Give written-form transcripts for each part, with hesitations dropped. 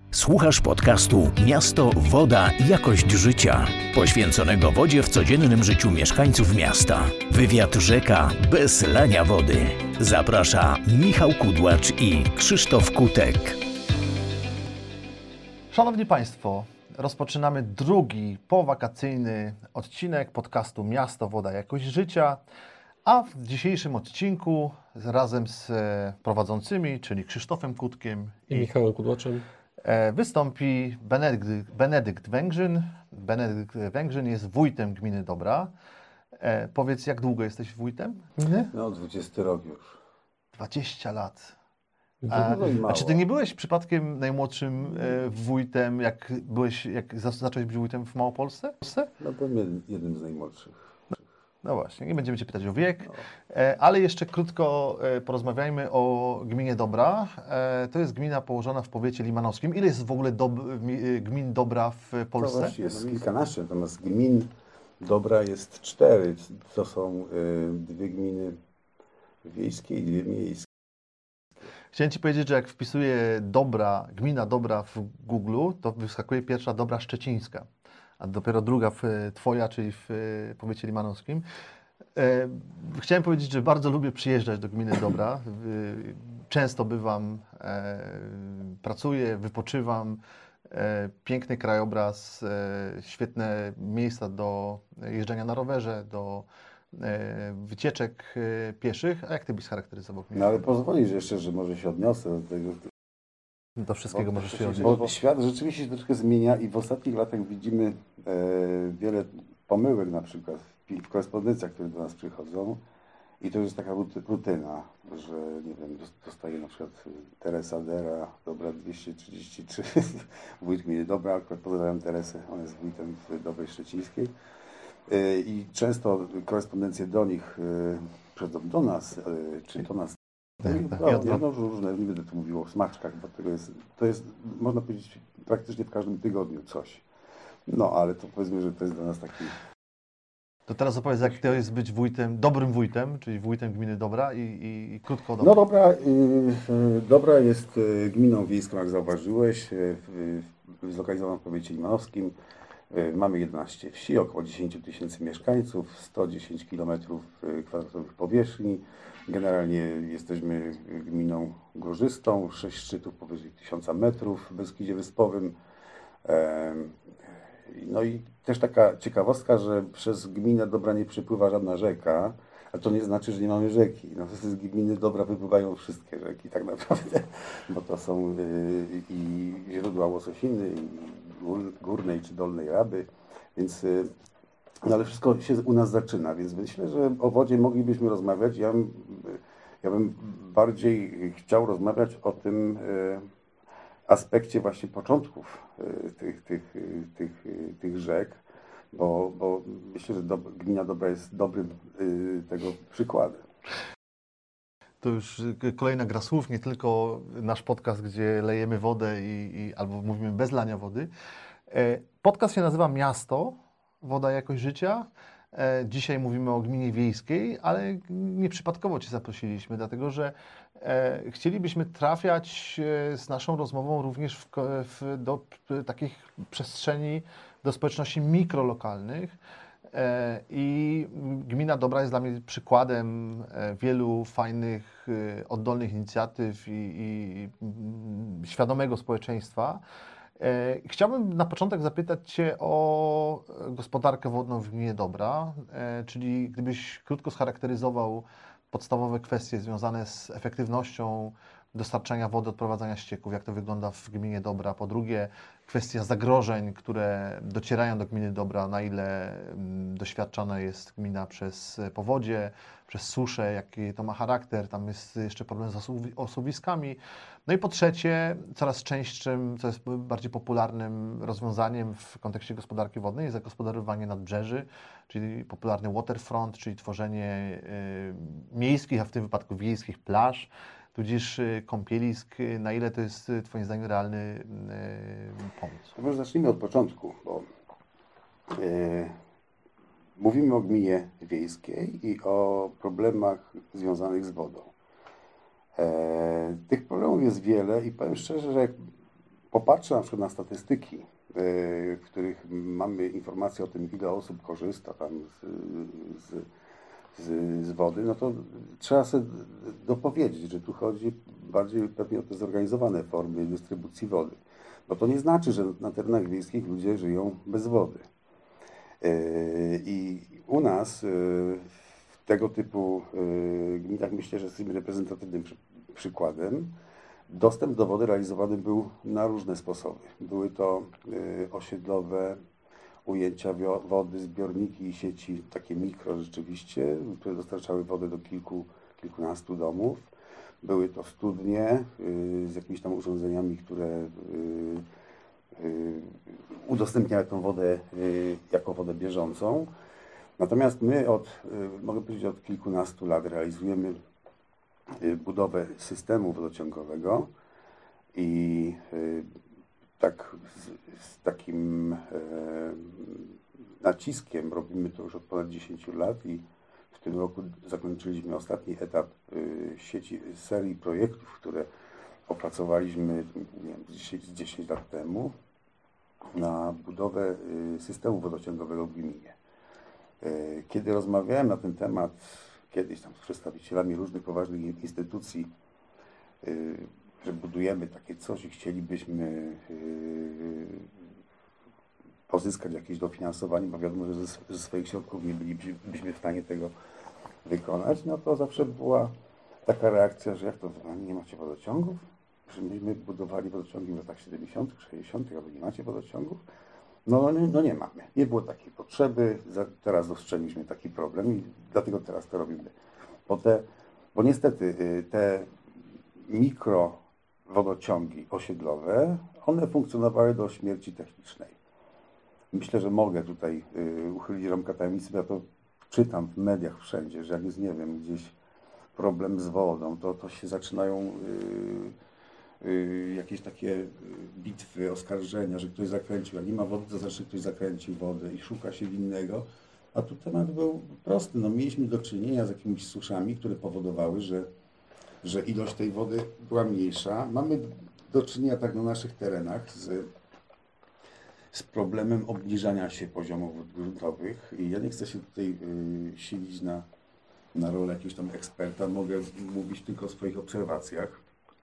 Słuchasz podcastu Miasto, Woda, Jakość Życia, poświęconego wodzie w codziennym życiu mieszkańców miasta. Wywiad rzeka bez lania wody. Zaprasza Michał Kudłacz i Krzysztof Kutek. Szanowni Państwo, rozpoczynamy drugi powakacyjny odcinek podcastu Miasto, Woda, Jakość Życia, a w dzisiejszym odcinku razem z prowadzącymi, czyli Krzysztofem Kutkiem i Michałem Kudłaczem, wystąpi Benedykt Węgrzyn. Benedykt Węgrzyn jest wójtem gminy Dobra. Powiedz, jak długo jesteś wójtem gminy? No, 20 rok już. 20 lat. A czy ty nie byłeś przypadkiem najmłodszym wójtem, jak zacząłeś być wójtem w Małopolsce? No, byłem jednym z najmłodszych. No właśnie, nie będziemy Cię pytać o wiek, ale jeszcze krótko porozmawiajmy o gminie Dobra. To jest gmina położona w powiecie limanowskim. Ile jest w ogóle gmin Dobra w Polsce? To właściwie jest kilkanaście, natomiast gmin Dobra jest 4. To są 2 gminy wiejskie i 2 miejskie. Chciałem Ci powiedzieć, że jak wpisuję gmina Dobra w Google, to wyskakuje pierwsza Dobra Szczecińska, a dopiero druga Twoja, czyli w powiecie limanowskim. Chciałem powiedzieć, że bardzo lubię przyjeżdżać do gminy Dobra. Często bywam, pracuję, wypoczywam. Piękny krajobraz, świetne miejsca do jeżdżenia na rowerze, do wycieczek pieszych. A jak Ty byś scharakteryzował gminę? No ale pozwolisz jeszcze, że może się odniosę do tego. Do wszystkiego możesz się odnieść. Bo świat rzeczywiście się troszkę zmienia i w ostatnich latach widzimy wiele pomyłek na przykład w korespondencjach, które do nas przychodzą. I to jest taka rutyna, że nie wiem, dostaje na przykład Teresa Dera, Dobra 233, wójt gminy Dobra, akurat pozdrawiam Teresę, ona jest wójtem w Dobrej Szczecińskiej. I często korespondencje do nich przychodzą do nas, czy do nas. No, różne, nie będę tu mówił o smaczkach, bo to jest, można powiedzieć, praktycznie w każdym tygodniu coś. No, ale to powiedzmy, że to jest dla nas taki... To teraz opowiedz, jak to jest być dobrym wójtem, czyli wójtem gminy Dobra i krótko o Dobra. No Dobra jest gminą wiejską, jak zauważyłeś, zlokalizowaną w powiecie limanowskim. Mamy 11 wsi, około 10 000 mieszkańców, 110 km² powierzchni. Generalnie jesteśmy gminą górzystą, 6 szczytów powyżej 1000 metrów w Beskidzie Wyspowym. No i też taka ciekawostka, że przez gminę Dobra nie przepływa żadna rzeka, a to nie znaczy, że nie mamy rzeki. No, z gminy Dobra wypływają wszystkie rzeki tak naprawdę, bo to są i źródła Łososiny, i Górnej czy Dolnej Raby, więc no ale wszystko się u nas zaczyna, więc myślę, że o wodzie moglibyśmy rozmawiać. Ja bym bardziej chciał rozmawiać o tym aspekcie właśnie początków tych rzek, bo myślę, że gmina Dobra jest dobrym tego przykładem. To już kolejna gra słów, nie tylko nasz podcast, gdzie lejemy wodę albo mówimy bez lania wody. Podcast się nazywa Miasto, Woda, Jakość Życia. Dzisiaj mówimy o gminie wiejskiej, ale nieprzypadkowo Cię zaprosiliśmy, dlatego że chcielibyśmy trafiać z naszą rozmową również do takich przestrzeni, do społeczności mikrolokalnych. I gmina Dobra jest dla mnie przykładem wielu fajnych, oddolnych inicjatyw i świadomego społeczeństwa. Chciałbym na początek zapytać Cię o gospodarkę wodną w gminie Dobra, czyli gdybyś krótko scharakteryzował podstawowe kwestie związane z efektywnością dostarczania wody, odprowadzania ścieków, jak to wygląda w gminie Dobra. Po drugie, kwestia zagrożeń, które docierają do gminy Dobra, na ile doświadczana jest gmina przez powodzie, przez suszę, jaki to ma charakter, tam jest jeszcze problem z osuwiskami. No i po trzecie, coraz częstszym, co jest bardziej popularnym rozwiązaniem w kontekście gospodarki wodnej, jest zagospodarowanie nadbrzeży, czyli popularny waterfront, czyli tworzenie miejskich, a w tym wypadku wiejskich plaż, tudzież kąpielisk. Na ile to jest Twoim zdaniem realny pomysł? To może zacznijmy od początku, bo mówimy o gminie wiejskiej i o problemach związanych z wodą. Tych problemów jest wiele i powiem szczerze, że jak popatrzę na przykład na statystyki, w których mamy informacje o tym, ile osób korzysta tam z wody, no to trzeba sobie dopowiedzieć, że tu chodzi bardziej pewnie o te zorganizowane formy dystrybucji wody. Bo to nie znaczy, że na terenach wiejskich ludzie żyją bez wody. I u nas w tego typu gminach myślę, że jesteśmy reprezentatywnym przykładem. Dostęp do wody realizowany był na różne sposoby. Były to osiedlowe ujęcia wody, zbiorniki i sieci takie mikro rzeczywiście, które dostarczały wodę do kilkunastu domów. Były to studnie z jakimiś tam urządzeniami, które udostępniały tą wodę jako wodę bieżącą. Natomiast my mogę powiedzieć, od kilkunastu lat realizujemy budowę systemu wodociągowego i tak z takim naciskiem robimy to już od ponad 10 lat i w tym roku zakończyliśmy ostatni etap serii projektów, które opracowaliśmy nie wiem, 10 lat temu na budowę systemu wodociągowego w gminie. Kiedy rozmawiałem na ten temat kiedyś tam z przedstawicielami różnych poważnych instytucji, że budujemy takie coś i chcielibyśmy pozyskać jakieś dofinansowanie, bo wiadomo, że ze swoich środków nie bylibyśmy w stanie tego wykonać, no to zawsze była taka reakcja, że jak to nie macie wodociągów? Że myśmy budowali wodociągi w latach 70., 60., a wy nie macie wodociągów? No nie mamy. Nie było takiej potrzeby. Teraz dostrzegliśmy taki problem i dlatego teraz to robimy. Bo niestety te mikrowodociągi osiedlowe, one funkcjonowały do śmierci technicznej. Myślę, że mogę tutaj uchylić rąbka tajemnicy, ja to czytam w mediach wszędzie, że jak jest, nie wiem, gdzieś problem z wodą, to się zaczynają jakieś takie bitwy, oskarżenia, że ktoś zakręcił, jak nie ma wody, to znaczy ktoś zakręcił wodę i szuka się winnego. A tu temat był prosty. No, mieliśmy do czynienia z jakimiś suszami, które powodowały, że ilość tej wody była mniejsza. Mamy do czynienia tak na naszych terenach z problemem obniżania się poziomów wód gruntowych. I ja nie chcę się tutaj silić na rolę jakiegoś tam eksperta, mogę mówić tylko o swoich obserwacjach.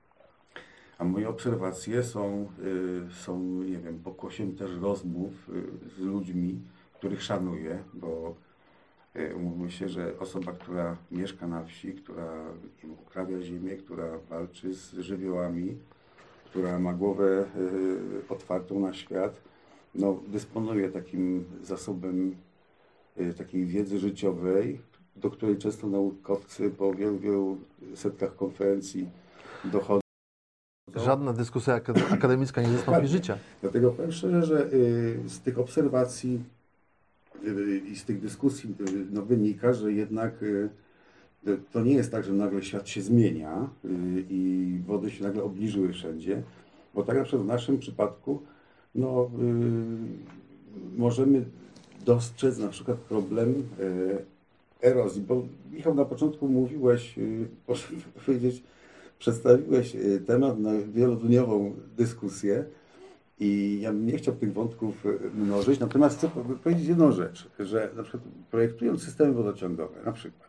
A moje obserwacje są, nie wiem, pokłosiem też rozmów z ludźmi, których szanuję, bo umówmy się, że osoba, która mieszka na wsi, która uprawia ziemię, która walczy z żywiołami, która ma głowę otwartą na świat, no, dysponuje takim zasobem takiej wiedzy życiowej, do której często naukowcy po wielu setkach konferencji dochodzą. Żadna dyskusja akademicka nie zastąpi życia. Dlatego powiem szczerze, że z tych obserwacji i z tych dyskusji no, wynika, że jednak to nie jest tak, że nagle świat się zmienia i wody się nagle obniżyły wszędzie, bo tak na przykład w naszym przypadku no, możemy dostrzec na przykład problem erozji, bo Michał, na początku mówiłeś, proszę powiedzieć, przedstawiłeś temat na wielodniową dyskusję i ja bym nie chciał tych wątków mnożyć, natomiast chcę powiedzieć jedną rzecz, że na przykład projektując systemy wodociągowe, na przykład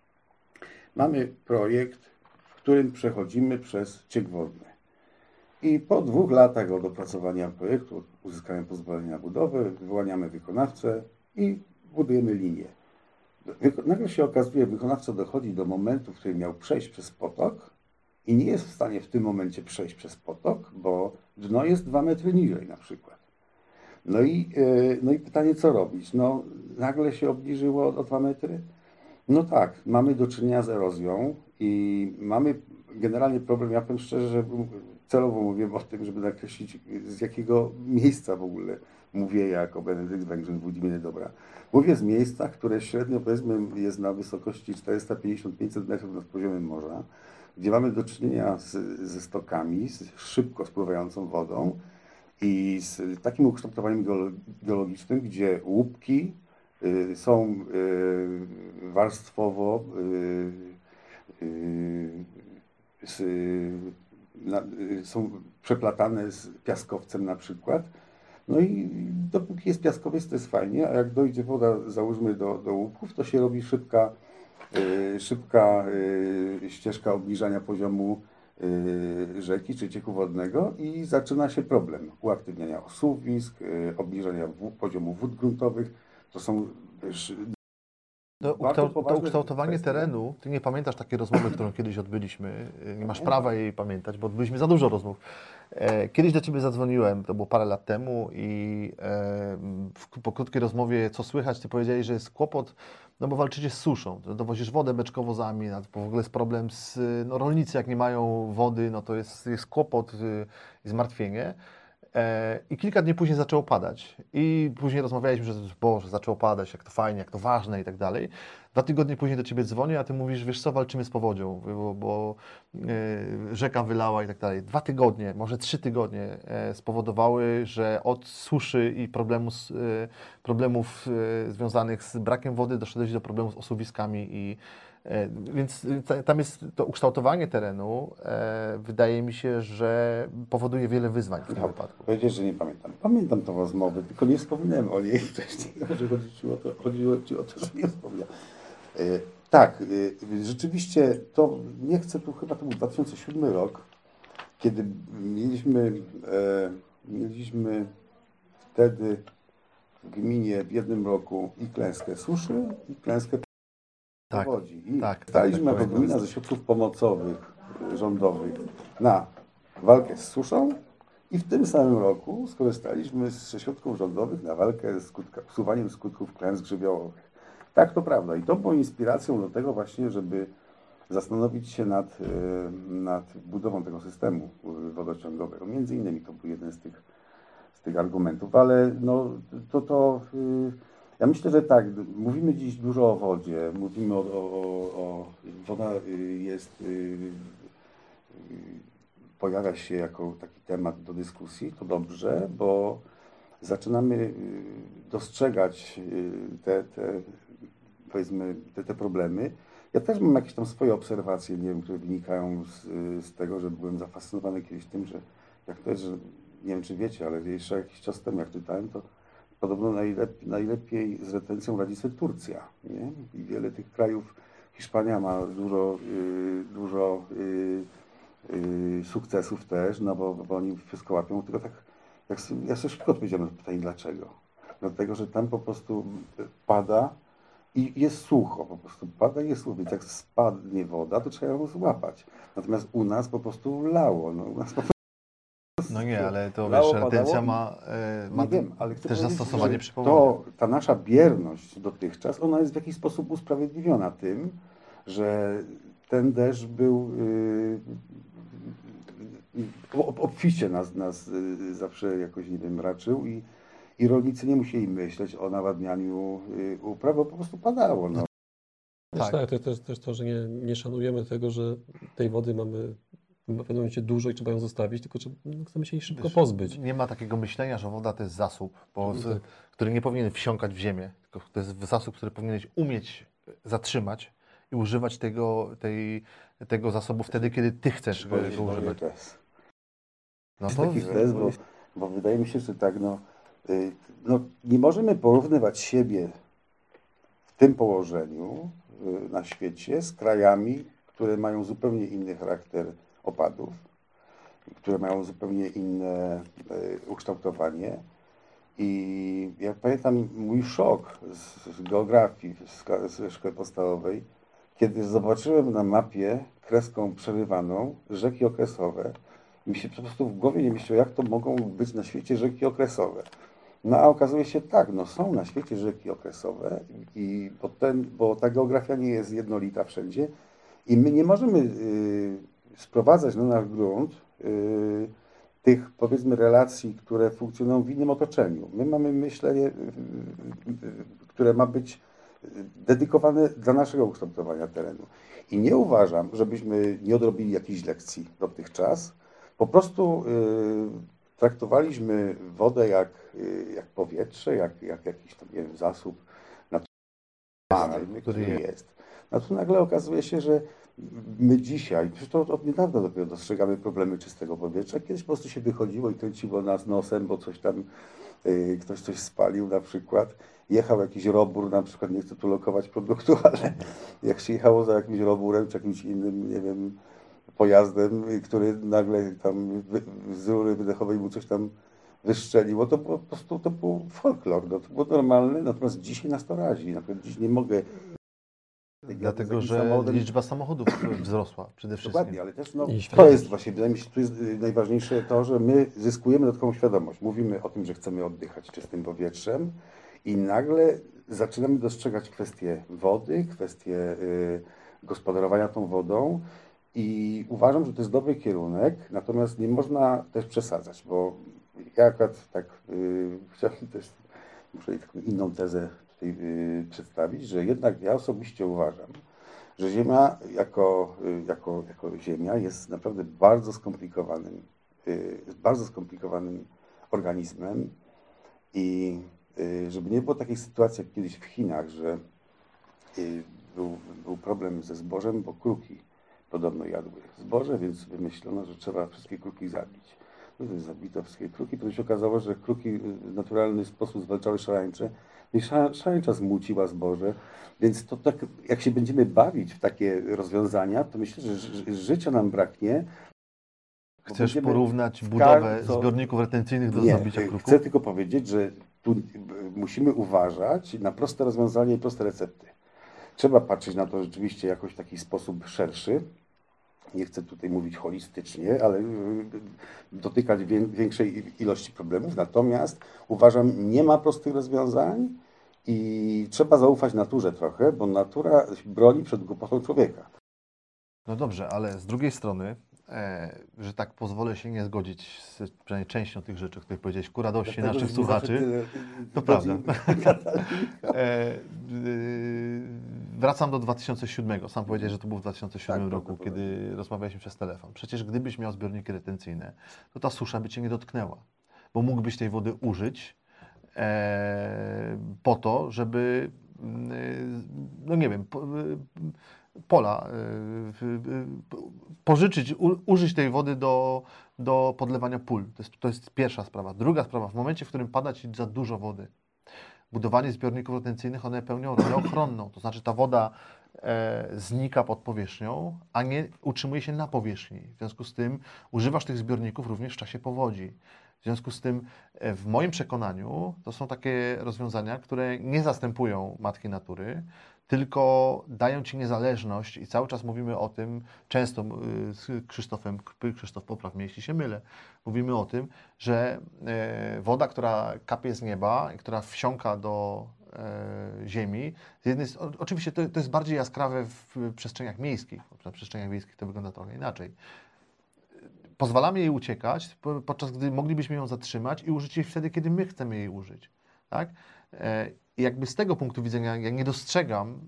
mamy projekt, w którym przechodzimy przez ciek wodny i po 2 latach od opracowania projektu, uzyskania pozwolenia na budowę, wyłaniamy wykonawcę i budujemy linię. Nagle się okazuje, wykonawca dochodzi do momentu, w którym miał przejść przez potok i nie jest w stanie w tym momencie przejść przez potok, bo dno jest 2 metry niżej na przykład. No i pytanie, co robić? No nagle się obniżyło o 2 metry? No tak, mamy do czynienia z erozją i mamy generalnie problem, ja powiem szczerze, że celowo mówię o tym, żeby nakreślić, z jakiego miejsca w ogóle mówię jako Benedykt Węgrzyn, Włodzimierz Dobra. Mówię z miejsca, które średnio powiedzmy jest na wysokości 450-500 metrów nad poziomem morza, gdzie mamy do czynienia ze stokami, z szybko spływającą wodą i z takim ukształtowaniem geologicznym, gdzie łupki są warstwowo są przeplatane z piaskowcem na przykład. No i dopóki jest piaskowiec, to jest fajnie, a jak dojdzie woda, załóżmy do łupów, to się robi szybka ścieżka obniżania poziomu rzeki czy cieku wodnego i zaczyna się problem uaktywniania osuwisk, obniżania poziomu wód gruntowych. To są też To ukształtowanie terenu, ty nie pamiętasz takiej rozmowy, którą kiedyś odbyliśmy, nie masz prawa jej pamiętać, bo odbyliśmy za dużo rozmów. Kiedyś do Ciebie zadzwoniłem, to było parę lat temu i po krótkiej rozmowie, co słychać, Ty powiedziałeś, że jest kłopot, no bo walczycie z suszą, dowozisz wodę beczkowozami, w ogóle jest problem rolnicy jak nie mają wody, no to jest kłopot i zmartwienie. I kilka dni później zaczęło padać. I później rozmawialiśmy, że Boże, zaczęło padać, jak to fajnie, jak to ważne i tak dalej. 2 tygodnie później do Ciebie dzwonię, a Ty mówisz, wiesz co, walczymy z powodzią, bo rzeka wylała i tak dalej. 2 tygodnie, może 3 tygodnie spowodowały, że od suszy i problemów związanych z brakiem wody doszedłeś do problemów z osuwiskami więc tam jest to ukształtowanie terenu, wydaje mi się, że powoduje wiele wyzwań w tym wypadku. Powiedzieć, że nie pamiętam. Pamiętam tą rozmowę, tylko nie wspominałem o niej wcześniej. Chodziło Ci o to, że nie wspomniałem. Tak, rzeczywiście to, nie chcę tu, chyba to był 2007 rok, kiedy mieliśmy wtedy w gminie w jednym roku i klęskę suszy, i klęskę powodzi. I staliśmy jako gmina ze środków pomocowych rządowych na walkę z suszą i w tym samym roku skorzystaliśmy ze środków rządowych na walkę z usuwaniem skutków klęsk żywiołowych. Tak, to prawda. I to było inspiracją do tego właśnie, żeby zastanowić się nad budową tego systemu wodociągowego. Między innymi to był jeden z tych argumentów, ale no, ja myślę, że tak, mówimy dziś dużo o wodzie, mówimy woda pojawia się jako taki temat do dyskusji, to dobrze, bo zaczynamy dostrzegać te problemy. Ja też mam jakieś tam swoje obserwacje, nie wiem, które wynikają z tego, że byłem zafascynowany kiedyś tym, że jak to jest, że nie wiem, czy wiecie, ale jeszcze jakiś czas temu, jak czytałem, to podobno najlepiej z retencją radzi sobie Turcja, nie? I wiele tych krajów, Hiszpania ma dużo sukcesów też, no bo oni wszystko łapią, tylko tak, ja sobie szybko odpowiedziałem na pytanie dlaczego. Dlatego, że tam po prostu pada i jest sucho, po prostu pada i jest sucho, więc jak spadnie woda, to trzeba ją złapać. Natomiast u nas po prostu lało, No nie, ale to wiesz, retencja ma wiem, ale też zastosowanie przy powodziach. Ta nasza bierność dotychczas, ona jest w jakiś sposób usprawiedliwiona tym, że ten deszcz był obficie nas zawsze jakoś, nie wiem, raczył i rolnicy nie musieli myśleć o nawadnianiu upraw, bo po prostu padało. No. Tak, to jest też to, że nie szanujemy tego, że tej wody mamy w pewnym momencie dużo i trzeba ją zostawić, tylko chcemy się jej szybko pozbyć. Nie ma takiego myślenia, że woda to jest zasób, który nie powinien wsiąkać w ziemię, tylko to jest zasób, który powinieneś umieć zatrzymać i używać tego zasobu wtedy, kiedy Ty chcesz go używać. Jest taki stres, bo wydaje mi się, że tak, nie możemy porównywać siebie w tym położeniu na świecie z krajami, które mają zupełnie inny charakter opadów, które mają zupełnie inne ukształtowanie. I ja pamiętam mój szok z geografii ze szkoły podstawowej, kiedy zobaczyłem na mapie kreską przerywaną rzeki okresowe. Mi się po prostu w głowie nie mieściło, jak to mogą być na świecie rzeki okresowe. No a okazuje się tak, są na świecie rzeki okresowe, bo ta geografia nie jest jednolita wszędzie i my nie możemy sprowadzać na nasz grunt tych, powiedzmy, relacji, które funkcjonują w innym otoczeniu. My mamy myślenie, które ma być dedykowane dla naszego ukształtowania terenu. I nie uważam, żebyśmy nie odrobili jakichś lekcji dotychczas. Po prostu traktowaliśmy wodę jak powietrze, jak jakiś tam, nie wiem, zasób naturalny, który jest. No tu nagle okazuje się, że my dzisiaj, przecież to od niedawna dopiero dostrzegamy problemy czystego powietrza. Kiedyś po prostu się wychodziło i kręciło nas nosem, bo coś tam, ktoś coś spalił na przykład. Jechał jakiś robór, na przykład, nie chcę tu lokować produktu, ale jak się jechało za jakimś roburem czy jakimś innym, nie wiem, pojazdem, który nagle tam z rury wydechowej mu coś tam wystrzeliło, to było, po prostu to był folklor, to było normalne, natomiast dzisiaj nas to razi. Na przykład dziś nie mogę. Dlatego, że liczba samochodów wzrosła przede wszystkim. Dokładnie, ale też to jest właśnie, wydaje mi się, tu jest najważniejsze to, że my zyskujemy dodatkową świadomość. Mówimy o tym, że chcemy oddychać czystym powietrzem i nagle zaczynamy dostrzegać kwestie wody, kwestie gospodarowania tą wodą i uważam, że to jest dobry kierunek, natomiast nie można też przesadzać, bo ja akurat tak chciałbym też, muszę taką inną tezę tutaj przedstawić, że jednak ja osobiście uważam, że Ziemia jako Ziemia jest naprawdę bardzo skomplikowanym organizmem i żeby nie było takiej sytuacji jak kiedyś w Chinach, że był problem ze zbożem, bo kruki podobno jadły zboże, więc wymyślono, że trzeba wszystkie kruki zabić. No to zabito wszystkie kruki, to się okazało, że kruki w naturalny sposób zwalczały szarańcze i szarańcza zmuciła zboże, więc to tak, jak się będziemy bawić w takie rozwiązania, to myślę, że życia nam braknie. Chcesz porównać budowę zbiorników retencyjnych do zabicia kruków? Chcę tylko powiedzieć, że tu musimy uważać na proste rozwiązania i proste recepty. Trzeba patrzeć na to rzeczywiście jakoś w taki sposób szerszy. Nie chcę tutaj mówić holistycznie, ale dotykać większej ilości problemów. Natomiast uważam, nie ma prostych rozwiązań i trzeba zaufać naturze trochę, bo natura broni przed głupotą człowieka. No dobrze, ale z drugiej strony, że tak pozwolę się nie zgodzić z przynajmniej częścią tych rzeczy, które powiedziałeś ku radości naszych słuchaczy. To prawda. Wracam do 2007. Sam powiedziałeś, że to był w 2007 roku, kiedy rozmawialiśmy przez telefon. Przecież gdybyś miał zbiorniki retencyjne, to ta susza by cię nie dotknęła, bo mógłbyś tej wody użyć po to, żeby, no nie wiem, pola pożyczyć, użyć tej wody do podlewania pól. To jest pierwsza sprawa. Druga sprawa, w momencie, w którym pada ci za dużo wody, budowanie zbiorników retencyjnych, one pełnią rolę ochronną. To znaczy ta woda znika pod powierzchnią, a nie utrzymuje się na powierzchni. W związku z tym używasz tych zbiorników również w czasie powodzi. W związku z tym w moim przekonaniu to są takie rozwiązania, które nie zastępują matki natury, tylko dają ci niezależność i cały czas mówimy o tym, często z Krzysztofem, Krzysztof popraw mnie, jeśli się mylę, mówimy o tym, że woda, która kapie z nieba i która wsiąka do ziemi, oczywiście to jest bardziej jaskrawe w przestrzeniach miejskich, na przestrzeniach wiejskich to wygląda trochę inaczej. Pozwalamy jej uciekać, podczas gdy moglibyśmy ją zatrzymać i użyć jej wtedy, kiedy my chcemy jej użyć. Tak? I jakby z tego punktu widzenia ja nie dostrzegam,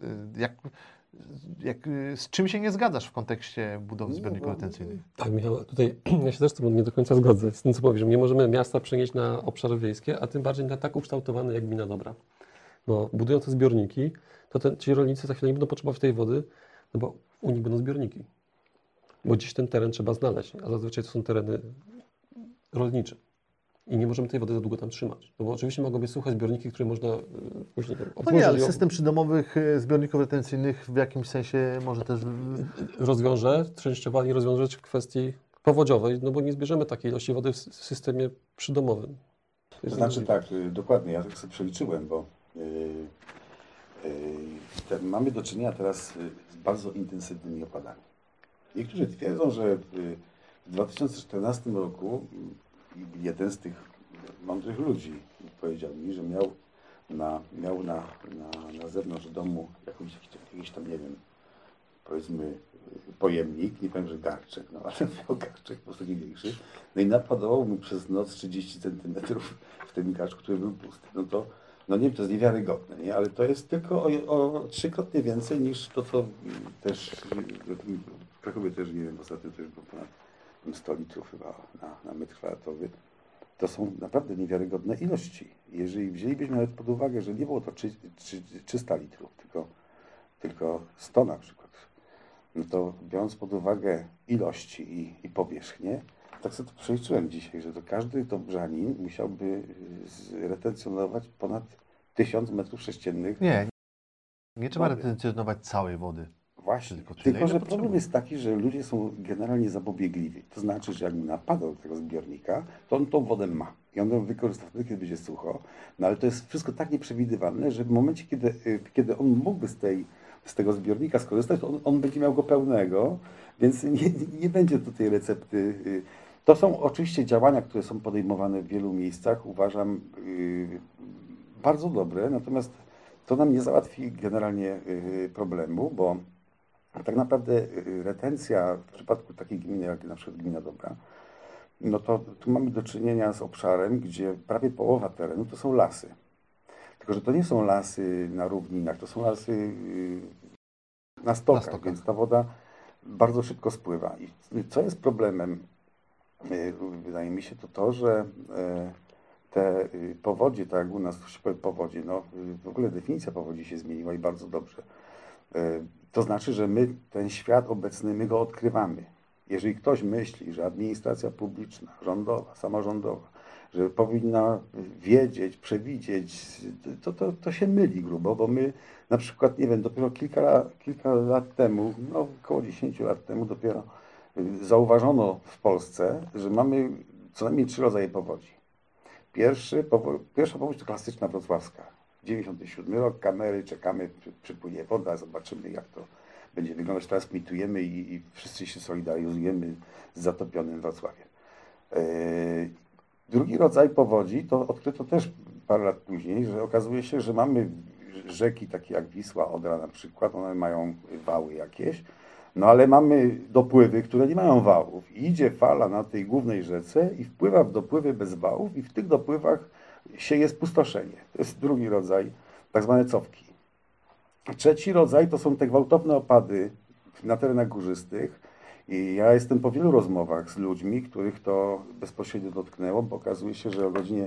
z czym się nie zgadzasz w kontekście budowy zbiorników retencyjnych. Tak, Michał, tutaj ja się też z tym nie do końca zgodzę. Z tym, co powiesz, nie możemy miasta przenieść na obszary wiejskie, a tym bardziej na tak ukształtowane jak gmina Dobra. Bo budując te zbiorniki, to ci rolnicy za chwilę nie będą potrzebować tej wody, no bo u nich będą zbiorniki. Bo dziś ten teren trzeba znaleźć, a zazwyczaj to są tereny rolnicze. I nie możemy tej wody za długo tam trzymać. No bo oczywiście mogą być suche zbiorniki, które można później obłożyć. No nie, ale system przydomowych zbiorników retencyjnych w jakimś sensie może też rozwiąże, częściowo rozwiąże kwestii powodziowej, no bo nie zbierzemy takiej ilości wody w systemie przydomowym. To znaczy tak, dokładnie, ja tak sobie przeliczyłem, bo mamy do czynienia teraz z bardzo intensywnymi opadami. Niektórzy twierdzą, że w 2014 roku jeden z tych mądrych ludzi powiedział mi, że miał na zewnątrz domu jakiś tam, nie wiem, powiedzmy pojemnik, nie powiem, że garczek, no ale miał garczek po prostu nie większy, no i napadował mu przez noc 30 centymetrów w tym garczku, który był pusty. No to, no nie wiem, to jest niewiarygodne, nie? Ale to jest tylko o 3-krotnie więcej niż to, co też w Krakowie też, nie wiem, ostatnio też było ponad 100 litrów chyba na metr kwadratowy. To są naprawdę niewiarygodne ilości. Jeżeli wzięlibyśmy nawet pod uwagę, że nie było to 300 litrów, tylko 100 na przykład, no to biorąc pod uwagę ilości i powierzchnię, tak sobie to przeliczyłem dzisiaj, że to każdy dobrzanin musiałby zretencjonować ponad 1000 metrów sześciennych. Nie trzeba retencjonować całej wody. Właśnie, Tylko tyle, tylko ile że problem potrzebuje. jest taki, że ludzie są generalnie zapobiegliwi. To znaczy, że jak napada do tego zbiornika, to on tą wodę ma. I on ją wykorzysta wtedy, kiedy będzie sucho. No ale to jest wszystko tak nieprzewidywalne, że w momencie, kiedy on mógłby z tego zbiornika skorzystać, to on będzie miał go pełnego, więc nie będzie do tej recepty. To są oczywiście działania, które są podejmowane w wielu miejscach. Uważam bardzo dobre, natomiast to nam nie załatwi generalnie problemu, bo tak naprawdę retencja w przypadku takiej gminy, jak na przykład gmina Dobra, no to tu mamy do czynienia z obszarem, gdzie prawie połowa terenu to są lasy. Tylko że to nie są lasy na równinach, to są lasy na stokach, więc ta woda bardzo szybko spływa. I co jest problemem, wydaje mi się, to, że te powodzie, tak jak u nas się powie powodzie, no w ogóle definicja powodzi się zmieniła i bardzo dobrze. To znaczy, że my ten świat obecny, my go odkrywamy. Jeżeli ktoś myśli, że administracja publiczna, rządowa, samorządowa, że powinna wiedzieć, przewidzieć, to się myli grubo, bo my na przykład, nie wiem, dopiero kilka lat temu, no około 10 lat temu dopiero zauważono w Polsce, że mamy co najmniej 3 rodzaje powodzi. Pierwsza powódź to klasyczna wrocławska. 97 rok, kamery, czekamy, przypłynie woda, zobaczymy jak to będzie wyglądać. Teraz mitujemy i wszyscy się solidaryzujemy z zatopionym Wrocławiem. Drugi rodzaj powodzi to odkryto też parę lat później, że okazuje się, że mamy rzeki takie jak Wisła, Odra na przykład, one mają wały jakieś, no ale mamy dopływy, które nie mają wałów. I idzie fala na tej głównej rzece i wpływa w dopływy bez wałów i w tych dopływach jest pustoszenie. To jest drugi rodzaj, tak zwane cofki. Trzeci rodzaj to są te gwałtowne opady na terenach górzystych. I ja jestem po wielu rozmowach z ludźmi, których to bezpośrednio dotknęło, bo okazuje się, że o godzinie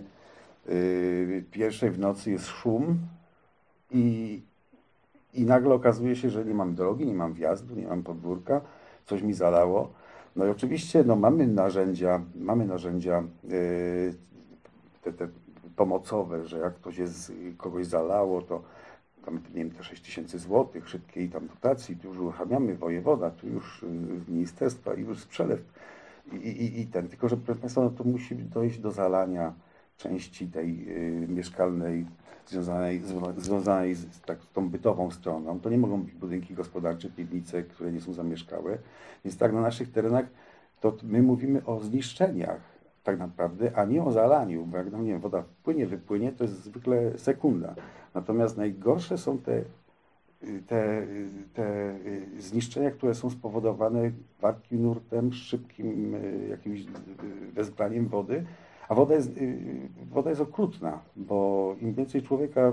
1 w nocy jest szum i nagle okazuje się, że nie mam drogi, nie mam wjazdu, nie mam podwórka, coś mi zalało. No i oczywiście no, mamy narzędzia te pomocowe, że jak kogoś zalało, to tam, nie wiem, te 6000 złotych szybkiej tam dotacji, tu już uruchamiamy wojewoda, tu już ministerstwa i już przelew i ten. Tylko że proszę Państwa, no to musi dojść do zalania części tej mieszkalnej, związanej z tą bytową stroną. To nie mogą być budynki gospodarcze, piwnice, które nie są zamieszkałe. Więc tak na naszych terenach to my mówimy o zniszczeniach tak naprawdę, a nie o zalaniu, bo jak no nie wiem, woda wpłynie, wypłynie, to jest zwykle sekunda. Natomiast najgorsze są te zniszczenia, które są spowodowane wartkim nurtem, szybkim jakimś wezbraniem wody, a woda jest okrutna, bo im więcej człowieka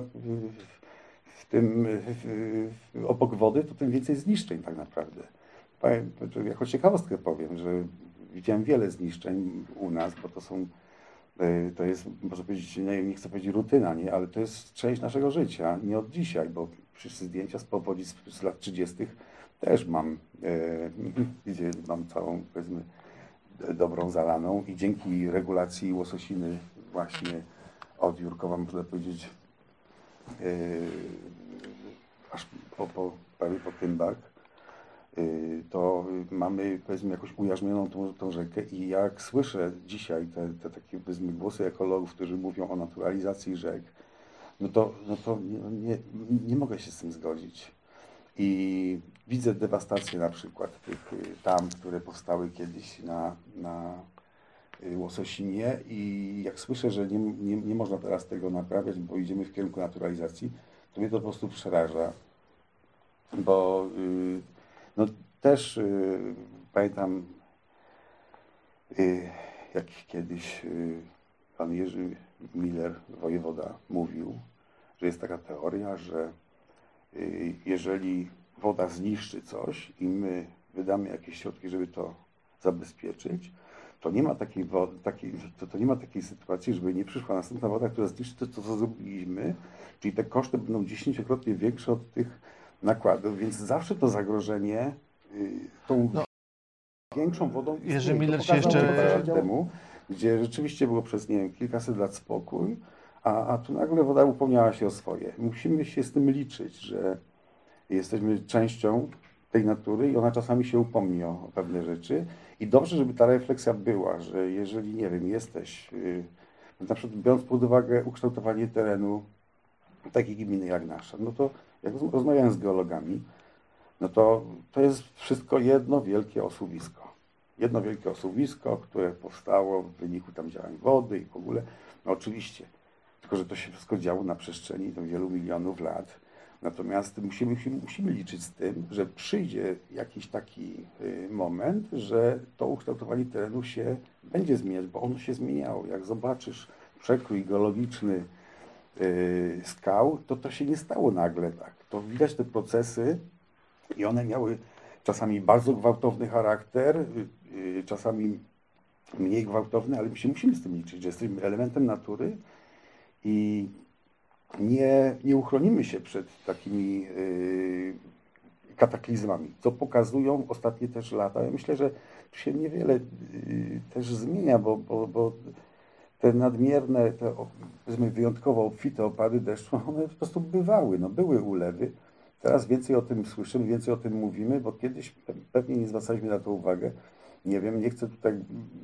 obok wody, to tym więcej zniszczeń tak naprawdę. Jako ciekawostkę powiem, że widziałem wiele zniszczeń u nas, bo to jest, można powiedzieć, nie chcę powiedzieć rutyna, nie? Ale to jest część naszego życia, nie od dzisiaj, bo wszyscy zdjęcia z powodzi z lat 30. też mam, gdzie mam całą, powiedzmy, dobrą zalaną i dzięki regulacji Łososiny właśnie od Jurkowa, można powiedzieć, aż prawie po Tymbak, to mamy, powiedzmy, jakoś ujarzmioną tą rzekę i jak słyszę dzisiaj te takie, powiedzmy, głosy ekologów, którzy mówią o naturalizacji rzek, no to nie mogę się z tym zgodzić. I widzę dewastację na przykład tych tam, które powstały kiedyś na Łososinie i jak słyszę, że nie można teraz tego naprawiać, bo idziemy w kierunku naturalizacji, to mnie to po prostu przeraża, bo no też pamiętam, jak kiedyś pan Jerzy Miller, wojewoda, mówił, że jest taka teoria, że jeżeli woda zniszczy coś i my wydamy jakieś środki, żeby to zabezpieczyć, to nie ma to nie ma takiej sytuacji, żeby nie przyszła następna woda, która zniszczy to, co zrobiliśmy, czyli te koszty będą 10-krotnie większe od tych nakładów, więc zawsze to zagrożenie tą większą wodą. Jerzy Miller się jeszcze temu, gdzie rzeczywiście było przez, nie wiem, kilkaset lat spokój, a tu nagle woda upomniała się o swoje. Musimy się z tym liczyć, że jesteśmy częścią tej natury i ona czasami się upomni o pewne rzeczy. I dobrze, żeby ta refleksja była, że jeżeli, nie wiem, jesteś, na przykład biorąc pod uwagę ukształtowanie terenu takiej gminy jak nasza, no to jak rozmawiałem z geologami, no to jest wszystko jedno wielkie osuwisko. Jedno wielkie osuwisko, które powstało w wyniku tam działań wody i w ogóle, no oczywiście, tylko że to się wszystko działo na przestrzeni wielu milionów lat. Natomiast musimy liczyć z tym, że przyjdzie jakiś taki moment, że to ukształtowanie terenu się będzie zmieniać, bo ono się zmieniało. Jak zobaczysz przekrój geologiczny skał, to się nie stało nagle tak. To widać te procesy i one miały czasami bardzo gwałtowny charakter, czasami mniej gwałtowny, ale my się musimy z tym liczyć, że jesteśmy elementem natury i nie uchronimy się przed takimi kataklizmami, co pokazują ostatnie też lata. Ja myślę, że tu się niewiele też zmienia, bo te nadmierne, te wyjątkowo obfite opady deszczu, one po prostu bywały, no były ulewy. Teraz więcej o tym słyszymy, więcej o tym mówimy, bo kiedyś pewnie nie zwracaliśmy na to uwagę. Nie wiem, nie chcę tutaj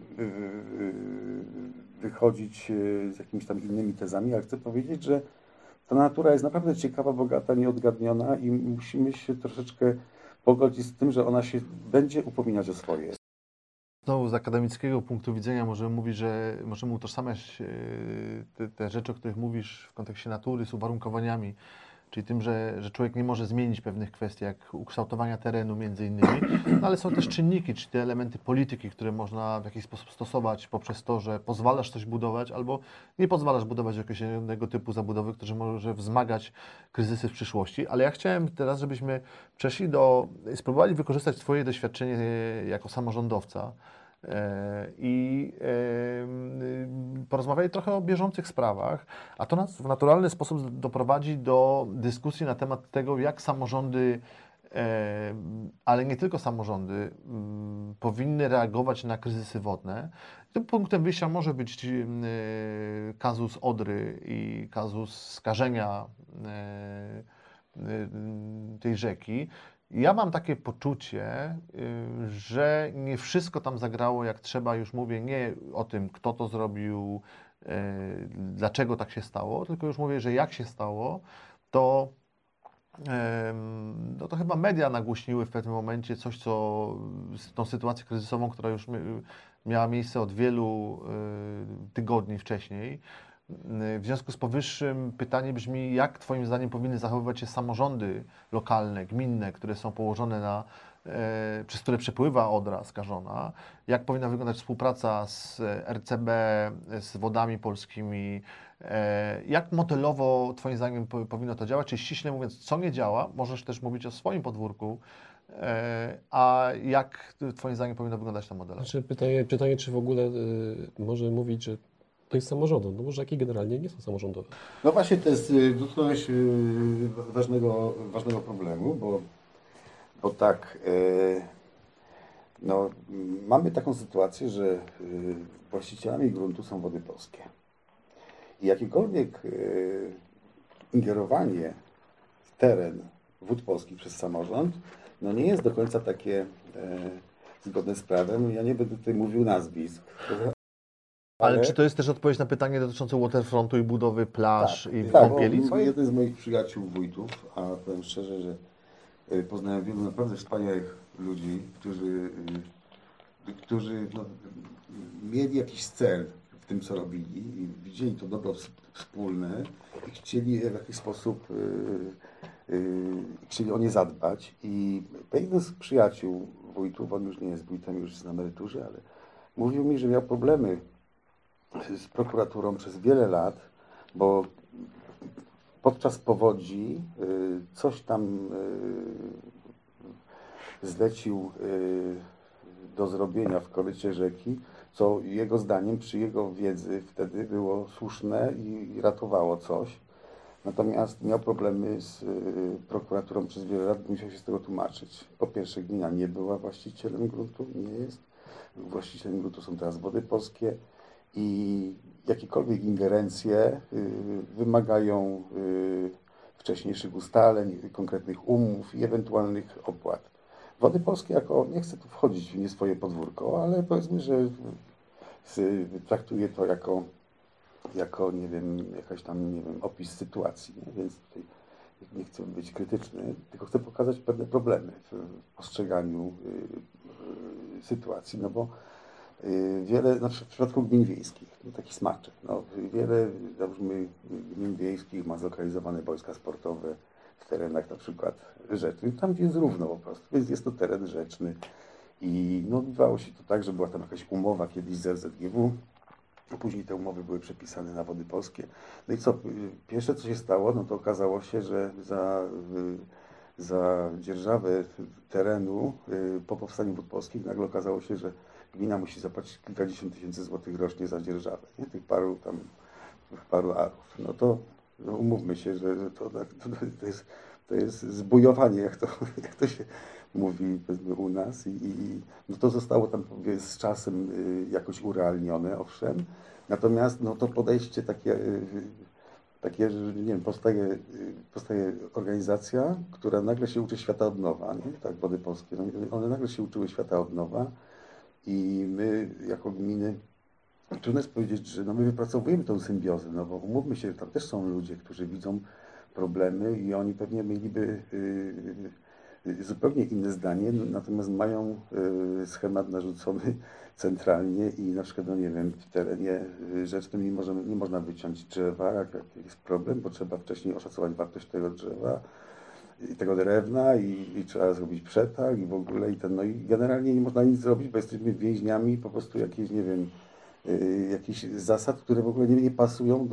wychodzić z jakimiś tam innymi tezami, ale chcę powiedzieć, że ta natura jest naprawdę ciekawa, bogata, nieodgadniona i musimy się troszeczkę pogodzić z tym, że ona się będzie upominać o swoje. Znowu z akademickiego punktu widzenia możemy mówić, że możemy utożsamiać te rzeczy, o których mówisz w kontekście natury z uwarunkowaniami, czyli tym, że człowiek nie może zmienić pewnych kwestii, jak ukształtowania terenu między innymi, no ale są też czynniki, czy te elementy polityki, które można w jakiś sposób stosować poprzez to, że pozwalasz coś budować albo nie pozwalasz budować jakiegoś typu zabudowy, które może wzmagać kryzysy w przyszłości. Ale ja chciałem teraz, żebyśmy przeszli spróbowali wykorzystać Twoje doświadczenie jako samorządowca i porozmawiali trochę o bieżących sprawach, a to nas w naturalny sposób doprowadzi do dyskusji na temat tego, jak samorządy, ale nie tylko samorządy, powinny reagować na kryzysy wodne. Tym punktem wyjścia może być kazus Odry i kazus skażenia tej rzeki. Ja mam takie poczucie, że nie wszystko tam zagrało jak trzeba. Już mówię nie o tym, kto to zrobił, dlaczego tak się stało, tylko już mówię, że jak się stało, to chyba media nagłośniły w pewnym momencie coś, tą sytuację kryzysową, która już miała miejsce od wielu tygodni wcześniej. W związku z powyższym pytanie brzmi, jak Twoim zdaniem powinny zachowywać się samorządy lokalne, gminne, które są położone przez które przepływa Odra skażona, jak powinna wyglądać współpraca z RCB, z Wodami Polskimi, jak modelowo Twoim zdaniem powinno to działać, czy ściśle mówiąc, co nie działa, możesz też mówić o swoim podwórku, a jak Twoim zdaniem powinno wyglądać to modelowo? Znaczy pytanie, czy w ogóle może mówić, że to jest samorządu, no bo rzeki generalnie nie są samorządowe. No właśnie, to jest dotknąłeś ważnego problemu, bo tak, no, mamy taką sytuację, że właścicielami gruntu są Wody Polskie. I jakiekolwiek ingerowanie w teren Wód Polskich przez samorząd, no nie jest do końca takie zgodne z prawem. Ja nie będę tutaj mówił nazwisk. Ale czy to jest też odpowiedź na pytanie dotyczące waterfrontu i budowy plaż i tak, kąpielic? Jeden z moich przyjaciół wójtów, a powiem szczerze, że poznałem wielu naprawdę wspaniałych ludzi, którzy no, mieli jakiś cel w tym, co robili i widzieli to dobro wspólne i chcieli w jakiś sposób chcieli o nie zadbać. I jeden z przyjaciół wójtów, on już nie jest wójtem, już jest na emeryturze, ale mówił mi, że miał problemy z prokuraturą przez wiele lat, bo podczas powodzi coś tam zlecił do zrobienia w korycie rzeki, co jego zdaniem, przy jego wiedzy wtedy było słuszne i ratowało coś. Natomiast miał problemy z prokuraturą przez wiele lat, musiał się z tego tłumaczyć. Po pierwsze, gmina nie była właścicielem gruntu, nie jest. Właścicielem gruntu są teraz Wody Polskie i jakiekolwiek ingerencje wymagają wcześniejszych ustaleń, konkretnych umów i ewentualnych opłat. Wody Polskie nie chcę tu wchodzić w nie swoje podwórko, ale powiedzmy, że traktuję to jako nie wiem, jakaś tam, nie wiem, opis sytuacji, nie? Więc tutaj nie chcę być krytyczny, tylko chcę pokazać pewne problemy w postrzeganiu sytuacji, no bo wiele, w przypadku gmin wiejskich, taki smaczek, wiele, załóżmy, gmin wiejskich ma zlokalizowane boiska sportowe w terenach na przykład rzecznych, tam gdzie jest równo po prostu, więc jest to teren rzeczny i odbywało się to tak, że była tam jakaś umowa kiedyś z LZGW, później te umowy były przepisane na Wody Polskie. No i co? Pierwsze co się stało, to okazało się, że za dzierżawę terenu po powstaniu Wód Polskich nagle okazało się, że gmina musi zapłacić kilkadziesiąt tysięcy złotych rocznie za dzierżawę, nie? Tych paru arów. No to umówmy się, że to jest zbujowanie, jak to się mówi, powiedzmy, u nas i to zostało tam z czasem jakoś urealnione, owszem. Natomiast to podejście takie, że nie wiem, powstaje organizacja, która nagle się uczy świata od nowa, nie? Tak, Wody Polskie, one nagle się uczyły świata od nowa i my jako gminy, trudno jest powiedzieć, że my wypracowujemy tę symbiozę, bo umówmy się, tam też są ludzie, którzy widzą problemy i oni pewnie mieliby zupełnie inne zdanie, natomiast mają schemat narzucony centralnie i na przykład, nie wiem, w terenie rzecznym nie można wyciąć drzewa, jak jest problem, bo trzeba wcześniej oszacować wartość tego drzewa, tego drewna i trzeba zrobić przetarg i w ogóle i generalnie nie można nic zrobić, bo jesteśmy więźniami po prostu jakiejś, nie wiem, jakichś zasad, które w ogóle nie pasują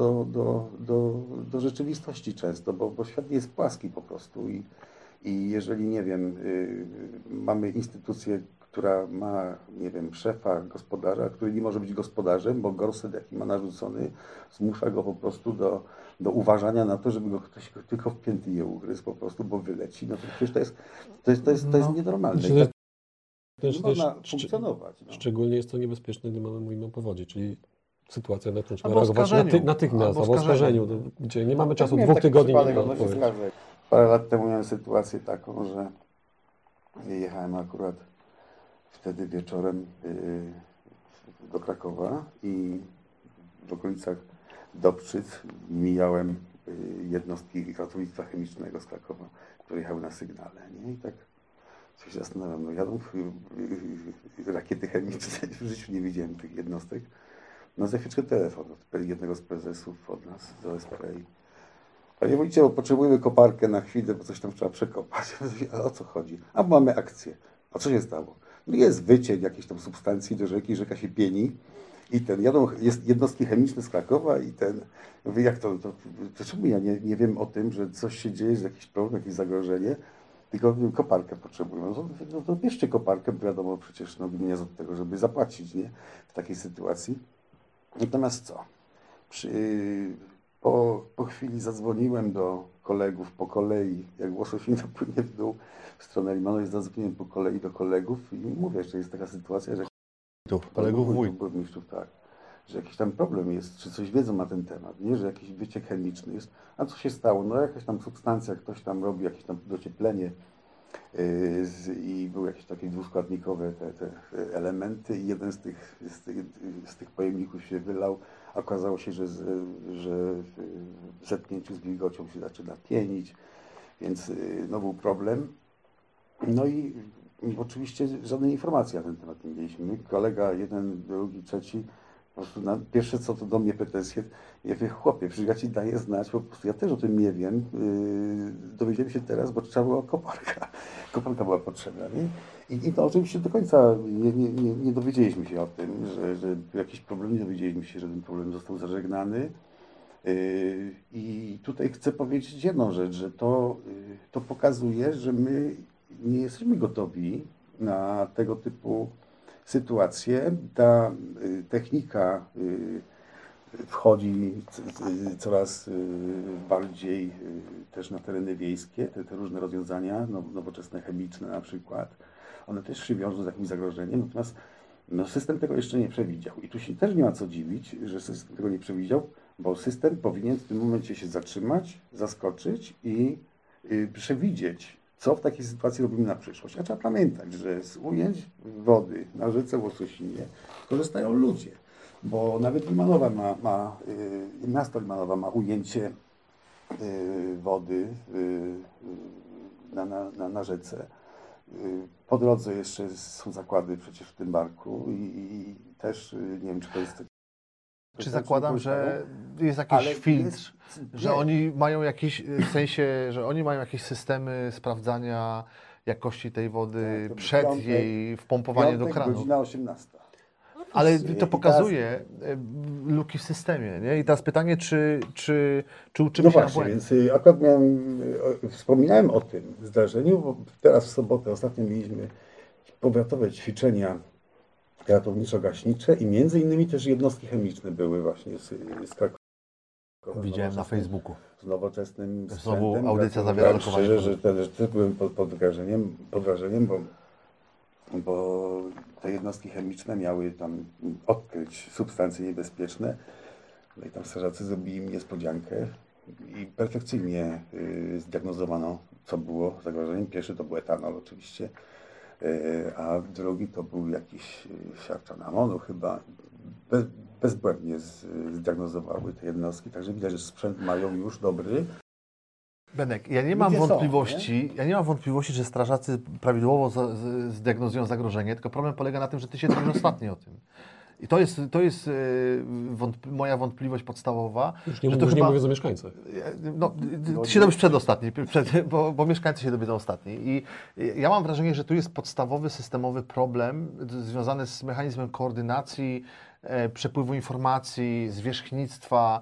do rzeczywistości często, bo świat jest płaski po prostu i jeżeli, nie wiem, mamy instytucję, która ma, nie wiem, szefa, gospodarza, który nie może być gospodarzem, bo gorset, jaki ma narzucony, zmusza go po prostu do uważania na to, żeby go ktoś tylko w pięty je ugryzł po prostu, bo wyleci. No to przecież to jest nienormalne. Nie można funkcjonować. Szczególnie jest to niebezpieczne, gdy mówimy o powodzi, czyli sytuacja, na którą trzeba Albo reagować natychmiast, albo oskarżeniu, gdzie nie mamy czasu 2 tygodni. Parę lat temu miałem sytuację taką, że jechałem akurat wtedy wieczorem do Krakowa i w okolicach Dobczyc mijałem jednostki ratownictwa chemicznego z Krakowa, które jechały na sygnale. Nie? I tak się zastanawiam, jadą rakiety chemiczne, w życiu nie widziałem tych jednostek. Za chwileczkę telefon od jednego z prezesów od nas, z OSP. Panie wójcie, bo potrzebujemy koparkę na chwilę, bo coś tam trzeba przekopać. A o co chodzi? A mamy akcję. A co się stało? Jest wyciek jakiejś tam substancji do rzeki, rzeka się pieni i jadą jednostki chemiczne z Krakowa i mówię, jak to czemu ja nie wiem o tym, że coś się dzieje, że jakiś problem, jakieś zagrożenie, tylko koparkę potrzebują. No to bierzcie koparkę, bo wiadomo, przecież gmina jest od tego, żeby zapłacić, nie? W takiej sytuacji. Natomiast co? Po chwili zadzwoniłem do kolegów po kolei, jak głos Oświęta płynie w dół w stronę Limanowej, zadzwoniłem po kolei do kolegów i mówię, że jest taka sytuacja, że kolegów burmistrzów, tak, że jakiś tam problem jest, czy coś wiedzą na ten temat, nie, że jakiś wyciek chemiczny jest. A co się stało? Jakaś tam substancja, ktoś tam robi jakieś tam docieplenie i były jakieś takie dwuskładnikowe te elementy i jeden z tych pojemników się wylał. Okazało się, że w zetknięciu z wilgocią się zaczyna pienić, więc był problem. No i oczywiście żadnej informacji na ten temat nie mieliśmy. Kolega jeden, drugi, trzeci, po prostu pierwsze co to do mnie pretensje, ja mówię, chłopie, przecież ja ci daję znać, po prostu ja też o tym nie wiem, dowiedziałem się teraz, bo trzeba była koparka. Koparka była potrzebna, nie? I to oczywiście do końca nie dowiedzieliśmy się o tym, że jakiś problem, nie dowiedzieliśmy się, że ten problem został zażegnany. I tutaj chcę powiedzieć jedną rzecz, że to pokazuje, że my nie jesteśmy gotowi na tego typu sytuacje. Ta technika wchodzi coraz bardziej też na tereny wiejskie, te różne rozwiązania, nowoczesne, chemiczne na przykład, one też się wiążą z jakimś zagrożeniem, natomiast system tego jeszcze nie przewidział. I tu się też nie ma co dziwić, że system tego nie przewidział, bo system powinien w tym momencie się zatrzymać, zaskoczyć i przewidzieć, co w takiej sytuacji robimy na przyszłość. A trzeba pamiętać, że z ujęć wody na rzece Łososinie korzystają ludzie, bo nawet Limanowa miasto Limanowa ma ujęcie wody na rzece. Po drodze jeszcze są zakłady przecież w tym barku i też nie wiem, czy to jest... Czy zakładam, że jest jakiś filtr, że oni mają jakiś, w sensie, że oni mają jakieś systemy sprawdzania jakości tej wody przed jej wpompowaniem do kranu. Godzina 18. Ale to pokazuje luki w systemie, nie? I teraz pytanie, czy uczymy się na błędzie? Więc akurat wspominałem o tym zdarzeniu, bo teraz w sobotę ostatnio mieliśmy powiatowe ćwiczenia ratowniczo-gaśnicze i między innymi też jednostki chemiczne były właśnie z Krakowa. Widziałem na Facebooku. Z nowoczesnym Znowu sprzętem. audycja zawiera lokowanie. Szczerze, że też byłem pod wrażeniem, bo te jednostki chemiczne miały tam odkryć substancje niebezpieczne. No i tam strażacy zrobili im niespodziankę i perfekcyjnie zdiagnozowano, co było zagrożeniem. Pierwszy to był etanol oczywiście, a drugi to był jakiś siarczan amonu chyba. Bezbłędnie zdiagnozowały te jednostki, także widać, że sprzęt mają już dobry. Benek, ja nie mam wątpliwości, że strażacy prawidłowo zdiagnozują zagrożenie, tylko problem polega na tym, że ty się dowiesz ostatni o tym. I to jest moja wątpliwość podstawowa. Już nie mówię za mieszkańcach. Ty się dowiesz przedostatni, bo mieszkańcy się dowiedzą ostatni. I ja mam wrażenie, że tu jest podstawowy, systemowy problem związany z mechanizmem koordynacji, przepływu informacji, zwierzchnictwa,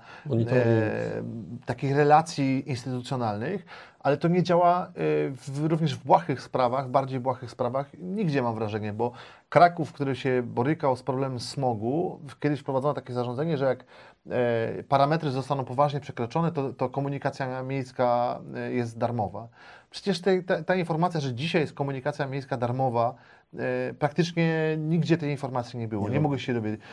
takich relacji instytucjonalnych, ale to nie działa również w błahych sprawach, bardziej błahych sprawach, nigdzie mam wrażenie, bo Kraków, który się borykał z problemem smogu, kiedyś wprowadzono takie zarządzenie, że jak parametry zostaną poważnie przekroczone, to komunikacja miejska jest darmowa. Przecież ta informacja, że dzisiaj jest komunikacja miejska darmowa, praktycznie nigdzie tej informacji nie było. Nie mogłeś się dowiedzieć.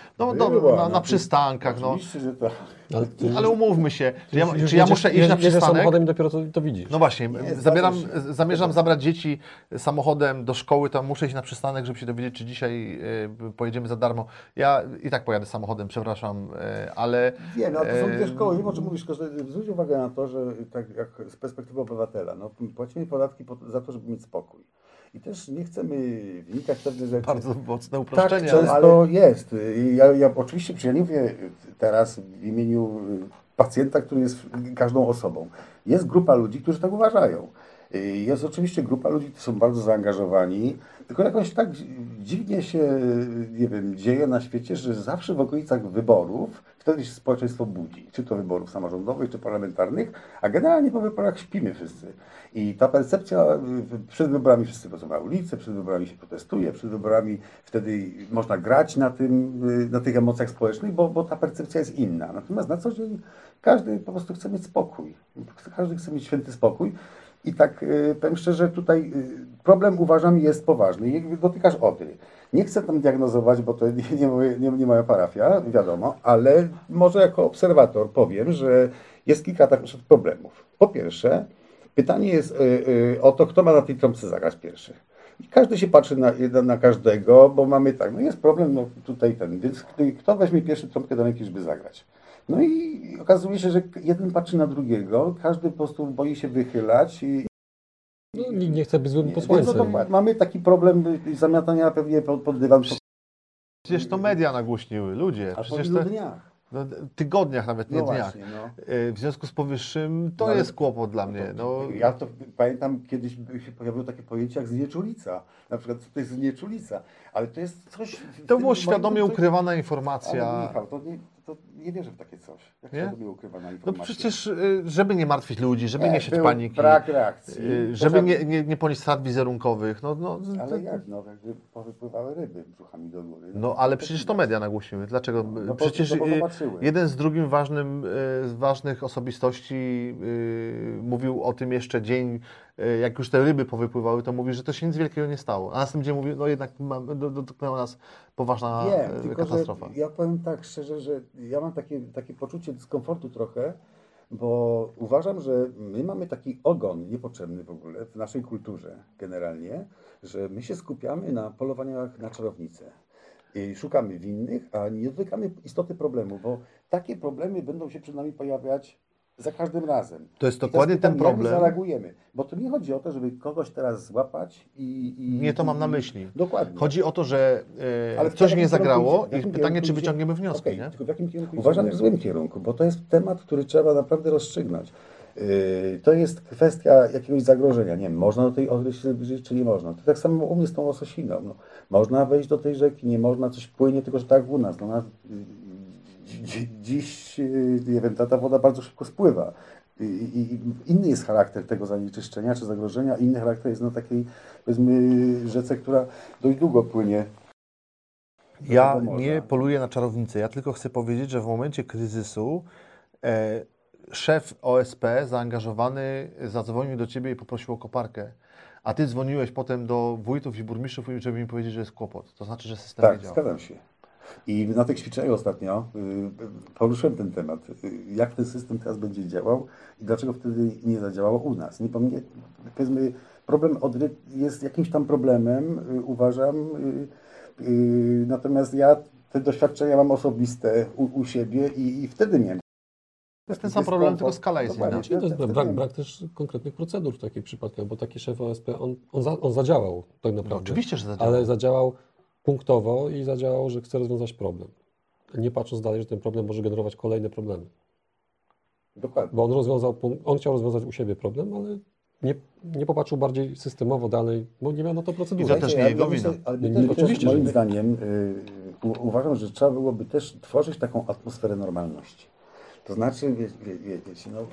Na przystankach. Oczywiście, że tak. Ale umówmy się, czy ja muszę iść na przystanek? samochodem dopiero to widzisz. No właśnie, zamierzam zabrać dzieci samochodem do szkoły, to muszę iść na przystanek, żeby się dowiedzieć, czy dzisiaj pojedziemy za darmo. Ja i tak pojadę samochodem, przepraszam, ale... Wiem, to są dwie szkoły. O czym mówisz, zwróć uwagę na to, że tak jak z perspektywy obywatela, płacimy podatki za to, żeby mieć spokój. I też nie chcemy wnikać w pewne rzeczy. Bardzo mocne uproszczenie. Tak, często jest. Ja oczywiście ja nie mówię teraz w imieniu pacjenta, który jest każdą osobą. Jest grupa ludzi, którzy tak uważają. Jest oczywiście grupa ludzi, którzy są bardzo zaangażowani, tylko jakoś tak dziwnie się, nie wiem, dzieje na świecie, że zawsze w okolicach wyborów wtedy się społeczeństwo budzi. Czy to wyborów samorządowych, czy parlamentarnych, a generalnie po wyborach śpimy wszyscy. I ta percepcja, przed wyborami wszyscy chodzą na ulicę, przed wyborami się protestuje, przed wyborami wtedy można grać na tych emocjach społecznych, bo ta percepcja jest inna. Natomiast na co dzień każdy po prostu chce mieć spokój. Każdy chce mieć święty spokój. I tak powiem szczerze, tutaj problem uważam jest poważny. I dotykasz Odry. Nie chcę tam diagnozować, bo to nie moja parafia, wiadomo, ale może jako obserwator powiem, że jest kilka takich problemów. Po pierwsze, pytanie jest o to, kto ma na tej trąbce zagrać pierwszy. I każdy się patrzy na każdego, bo mamy tak, jest problem, tutaj więc kto weźmie pierwszy trąbkę do ręki, żeby zagrać. No i okazuje się, że jeden patrzy na drugiego, każdy po prostu boi się wychylać. Nikt nie chce być złym posłańcem. Mamy taki problem zamiatania pewnie pod dywan. Przecież to media nagłośniły, ludzie. A przecież po dniach. Tygodniach, nawet nie dniach. Właśnie, W związku z powyższym to jest kłopot dla mnie. Ja to pamiętam, kiedyś się pojawiło takie pojęcie jak znieczulica. Na przykład to jest znieczulica, ale to jest coś... To była świadomie ukrywana informacja. Ale Michał, to nie wierzę w takie coś. Jak Nie? się mnie ukrywa na No informacje? przecież, żeby nie martwić ludzi, żeby nie sieć był paniki, brak reakcji. żeby nie ponieść strat wizerunkowych. No, Ale jak? No, jakby powypływały ryby brzuchami do góry. no ale przecież to media nagłosiły. Dlaczego? No, Przecież bo zobaczyły. jeden z drugim z ważnych osobistości mówił o tym jeszcze dzień, jak już te ryby powypływały, to mówi, że to się nic wielkiego nie stało. A następnym dzień mówi, no jednak dotknęła nas poważna Wiem, tylko katastrofa. że ja powiem tak szczerze, że ja mam takie poczucie dyskomfortu trochę, bo uważam, że my mamy taki ogon niepotrzebny w ogóle w naszej kulturze generalnie, że my się skupiamy na polowaniach na czarownice. I szukamy winnych, a nie dotykamy istoty problemu, bo takie problemy będą się przed nami pojawiać za każdym razem. To jest I teraz dokładnie pytam, ten problem. Jak zareagujemy? Bo tu nie chodzi o to, żeby kogoś teraz złapać Nie to mam na myśli. Dokładnie. Chodzi o to, że Ale w coś jakim nie zagrało kierunku idzie? W i jakim pytanie, czy kierunku wyciągniemy idzie? wnioski, Okej, nie? tylko w jakim kierunku Uważam, że w złym kierunku, bo to jest temat, który trzeba naprawdę rozstrzygnąć. To jest kwestia jakiegoś zagrożenia. Nie wiem, można do tej Odry się zbliżyć, czy nie można. To tak samo u mnie z tą łososiną. No, można wejść do tej rzeki, nie można, coś płynie, tylko że tak jak u nas. No, dziś, nie wiem, ta woda bardzo szybko spływa. I inny jest charakter tego zanieczyszczenia czy zagrożenia, inny charakter jest na takiej, powiedzmy, rzece, która dość długo płynie. Ja nie poluję na czarownicę. Ja tylko chcę powiedzieć, że w momencie kryzysu szef OSP zaangażowany zadzwonił do Ciebie i poprosił o koparkę. A Ty dzwoniłeś potem do wójtów i burmistrzów, żeby im powiedzieć, że jest kłopot. To znaczy, że system nie Tak, działa. zgadzam się. I na tych ćwiczeniach ostatnio poruszyłem ten temat. Jak ten system teraz będzie działał i dlaczego wtedy nie zadziałało u nas. Powiedzmy, problem Odry jest jakimś tam problemem, uważam. Natomiast ja te doświadczenia mam osobiste u siebie i wtedy miałem. To jest ten sam problem, tylko skala jest inna. Czyli to jest brak też konkretnych procedur w takich przypadkach, bo taki szef OSP, on zadziałał tak naprawdę. No, oczywiście, że zadziałał. Ale zadziałał punktowo i zadziałał, że chce rozwiązać problem. Nie patrząc dalej, że ten problem może generować kolejne problemy. Dokładnie. Bo on chciał rozwiązać u siebie problem, ale nie popatrzył bardziej systemowo dalej, bo nie miał na to procedury. I to też nie jego wina. Ale Oczywiście, że moim nie. zdaniem uważam, że trzeba byłoby też tworzyć taką atmosferę normalności. To znaczy, wiecie, no,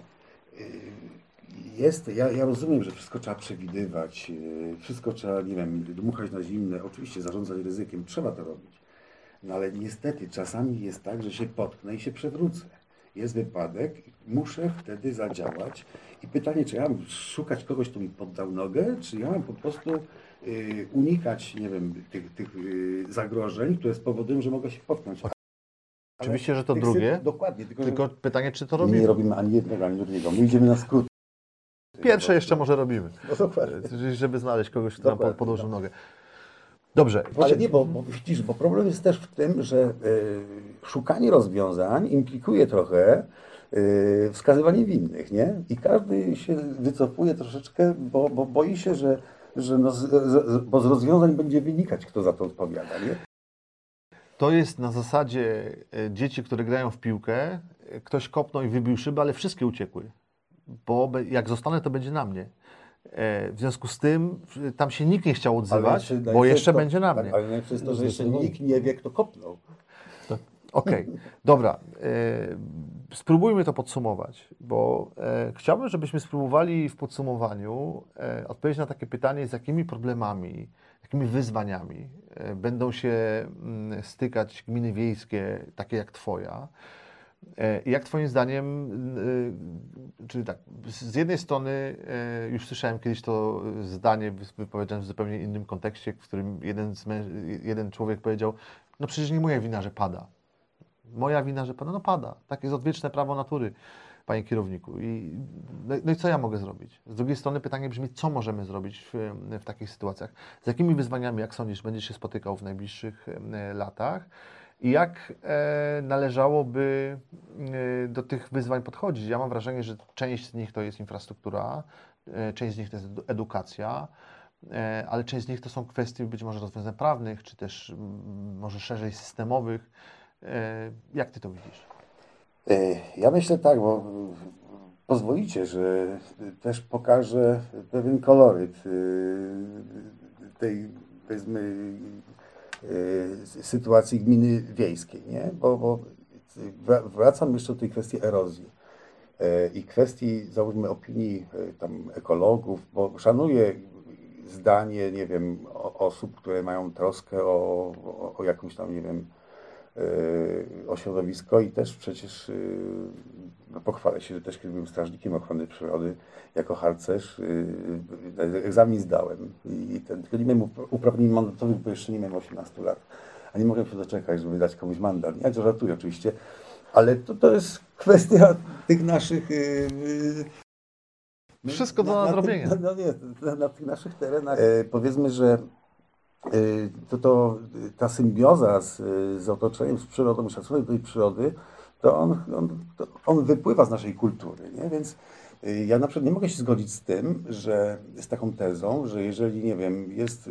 ja rozumiem, że wszystko trzeba przewidywać, wszystko trzeba, nie wiem, dmuchać na zimne, oczywiście zarządzać ryzykiem, trzeba to robić. No ale niestety czasami jest tak, że się potknę i się przewrócę. Jest wypadek, muszę wtedy zadziałać. I pytanie, czy ja mam szukać kogoś, kto mi poddał nogę, czy ja mam po prostu unikać, nie wiem, tych zagrożeń, które spowodują, że mogę się potknąć. Oczywiście, że to drugie. Dokładnie. Tylko pytanie, czy to nie robimy. robimy ani jednego, ani drugiego. My idziemy na skrót. Pierwsze jeszcze może robimy. No dokładnie. Żeby znaleźć kogoś, kto nam Dokładnie, podłożył tak. nogę. Dobrze. Ale nie, bo widzisz, bo problem jest też w tym, że szukanie rozwiązań implikuje trochę wskazywanie winnych, nie? I każdy się wycofuje troszeczkę, bo boi się, że bo z rozwiązań będzie wynikać, kto za to odpowiada, nie? To jest na zasadzie dzieci, które grają w piłkę, ktoś kopnął i wybił szybę, ale wszystkie uciekły. Bo jak zostanę, to będzie na mnie. W związku z tym tam się nikt nie chciał odzywać, bo jeszcze będzie na mnie. Ale najlepsze jest to, że jeszcze nikt nie wie, kto kopnął. Okej, dobra. Spróbujmy to podsumować, bo chciałbym, żebyśmy spróbowali w podsumowaniu odpowiedzieć na takie pytanie, z jakimi problemami, jakimi wyzwaniami będą się stykać gminy wiejskie, takie jak Twoja. I jak Twoim zdaniem, czyli tak, z jednej strony już słyszałem kiedyś to zdanie wypowiedziane w zupełnie innym kontekście, w którym jeden człowiek powiedział, no przecież nie moja wina, że pada. Moja wina, że pada, no pada. Takie jest odwieczne prawo natury, panie kierowniku. No i co ja mogę zrobić? Z drugiej strony pytanie brzmi, co możemy zrobić w takich sytuacjach? Z jakimi wyzwaniami, jak sądzisz, będziesz się spotykał w najbliższych latach? I jak należałoby do tych wyzwań podchodzić? Ja mam wrażenie, że część z nich to jest infrastruktura, część z nich to jest edukacja, ale część z nich to są kwestie być może rozwiązań prawnych, czy też może szerzej systemowych. Jak Ty to widzisz? Ja myślę tak, bo pozwolicie, że też pokażę pewien koloryt tej, powiedzmy, sytuacji gminy wiejskiej, nie? Bo wracam jeszcze do tej kwestii erozji i kwestii, załóżmy, opinii tam ekologów, bo szanuję zdanie, nie wiem, osób, które mają troskę o jakąś tam, nie wiem, o środowisko i też przecież no pochwalę się, że też kiedy byłem strażnikiem ochrony przyrody jako harcerz, egzamin zdałem i tylko nie miałem uprawnień mandatowych, bo jeszcze nie miałem 18 lat, a nie mogłem się doczekać, żeby dać komuś mandat. Ja to żartuję oczywiście, ale to jest kwestia tych naszych... Wszystko do nadrobienia. Na tych naszych terenach powiedzmy, że ta symbioza z otoczeniem, z przyrodą, szacunek tej przyrody, to on wypływa z naszej kultury, nie? Więc ja na przykład nie mogę się zgodzić z tym, że z taką tezą, że jeżeli, nie wiem, jest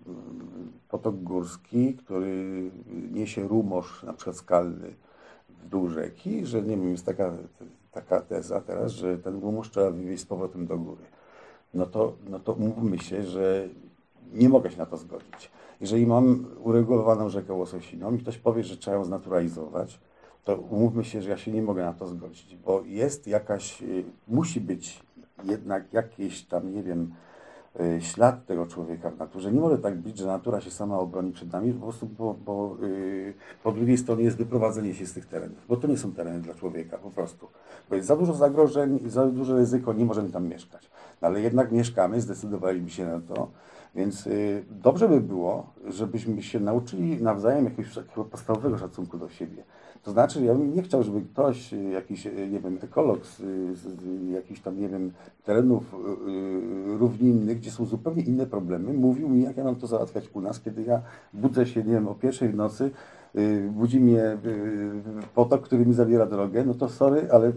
potok górski, który niesie rumorz na przykład skalny w dół rzeki, że nie wiem, jest taka teza teraz, że ten rumorz trzeba wywieźć z powrotem do góry. No to mówmy się, że nie mogę się na to zgodzić. Jeżeli mam uregulowaną rzekę Łososiną i ktoś powie, że trzeba ją znaturalizować, to umówmy się, że ja się nie mogę na to zgodzić, bo jest musi być jednak jakiś tam, nie wiem, ślad tego człowieka w naturze. Nie może tak być, że natura się sama obroni przed nami, po prostu, bo po drugiej stronie jest wyprowadzenie się z tych terenów, bo to nie są tereny dla człowieka, po prostu. Bo jest za dużo zagrożeń, za duże ryzyko, nie możemy tam mieszkać. No, ale jednak mieszkamy, zdecydowaliśmy się na to, więc dobrze by było, żebyśmy się nauczyli nawzajem jakiegoś takiego podstawowego szacunku do siebie. To znaczy, ja bym nie chciał, żeby ktoś, jakiś, nie wiem, ekolog z jakichś tam, nie wiem, terenów równinnych, gdzie są zupełnie inne problemy, mówił mi, jak ja mam to załatwiać u nas, kiedy ja budzę się, nie wiem, o 1:00 w nocy, budzi mnie potok, który mi zabiera drogę, no to sorry, ale...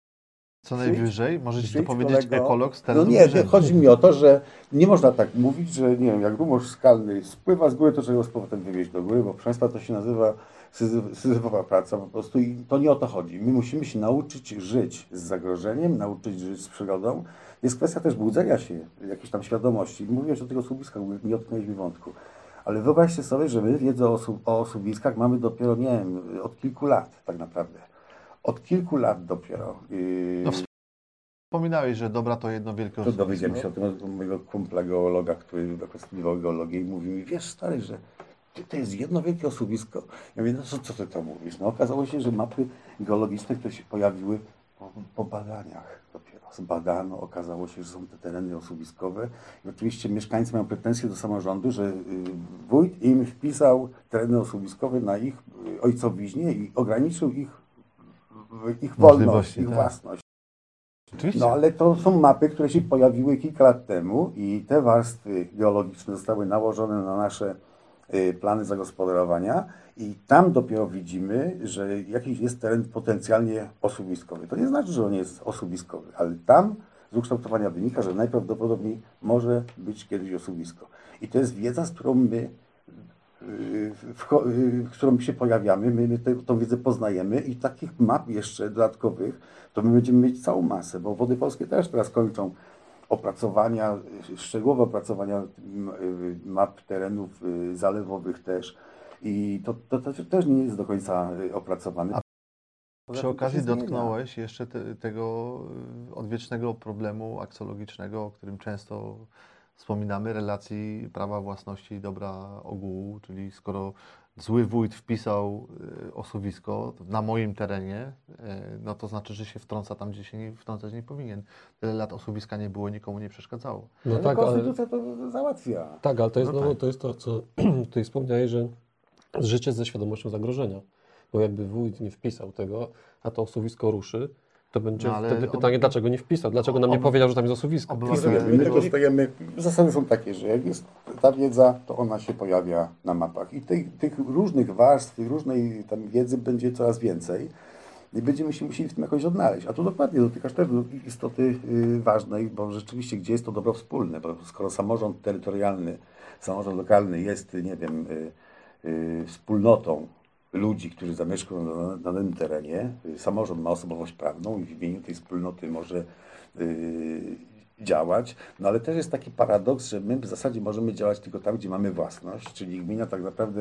Co najwyżej może ci to powiedzieć ekolog z terenu. No nie, chodzi mi o to, że nie można tak mówić, że nie wiem, jak rumorz skalny spływa z góry, to trzeba go z powrotem wywieźć do góry, bo proszę Państwa, to się nazywa syzyfowa praca po prostu i to nie o to chodzi. My musimy się nauczyć żyć z zagrożeniem, nauczyć żyć z przyrodą. Jest kwestia też budzenia się, jakiejś tam świadomości. Mówiłeś o tych osuwiskach, nie dotknęliśmy wątku. Ale wyobraźcie sobie, że my wiedzę o osuwiskach mamy dopiero, nie wiem, od kilku lat tak naprawdę. Od kilku lat dopiero. No, wspominałeś, że Dobra to jedno wielkie osuwisko. Dowiedziałem się o tym od mojego kumpla geologa, który studiował geologię i mówi mi, wiesz stary, że to jest jedno wielkie osuwisko. Ja mówię, no co ty to mówisz? No okazało się, że mapy geologiczne, które się pojawiły po badaniach dopiero. Zbadano, okazało się, że są te tereny osuwiskowe. I oczywiście mieszkańcy mają pretensje do samorządu, że wójt im wpisał tereny osuwiskowe na ich ojcowiźnie i ograniczył ich wolność, ich własność. Oczywiście. No ale to są mapy, które się pojawiły kilka lat temu i te warstwy geologiczne zostały nałożone na nasze plany zagospodarowania i tam dopiero widzimy, że jakiś jest teren potencjalnie osuwiskowy. To nie znaczy, że on jest osuwiskowy, ale tam z ukształtowania wynika, że najprawdopodobniej może być kiedyś osuwisko. I to jest wiedza, z którą w którą się pojawiamy, my tą wiedzę poznajemy i takich map jeszcze dodatkowych, to my będziemy mieć całą masę, bo Wody Polskie też teraz kończą opracowania, szczegółowe opracowania map terenów zalewowych też i to też nie jest do końca opracowane. Przy okazji dotknąłeś jeszcze tego odwiecznego problemu aksjologicznego, o którym często wspominamy, relacji prawa własności i dobra ogółu, czyli skoro zły wójt wpisał osuwisko na moim terenie, no to znaczy, że się wtrąca tam, gdzie się wtrącać nie powinien. Tyle lat osuwiska nie było, nikomu nie przeszkadzało. No tak, konstytucja to załatwia. Tak, ale to jest, to jest to, co tutaj wspomniałeś, że życie ze świadomością zagrożenia. Bo jakby wójt nie wpisał tego, a to osuwisko ruszy, to będzie wtedy pytanie, dlaczego nie wpisał, dlaczego nam nie powiedział, że tam jest osuwisko. My dostajemy, zasady są takie, że jak jest ta wiedza, to ona się pojawia na mapach. I tych różnych warstw, różnej tam wiedzy będzie coraz więcej i będziemy się musieli w tym jakoś odnaleźć. A tu dokładnie dotykasz też istoty ważnej, bo rzeczywiście gdzie jest to dobro wspólne, bo skoro samorząd terytorialny, samorząd lokalny jest, nie wiem, wspólnotą ludzi, którzy zamieszkują na danym terenie, samorząd ma osobowość prawną i w imieniu tej wspólnoty może działać, no ale też jest taki paradoks, że my w zasadzie możemy działać tylko tam, gdzie mamy własność, czyli gmina tak naprawdę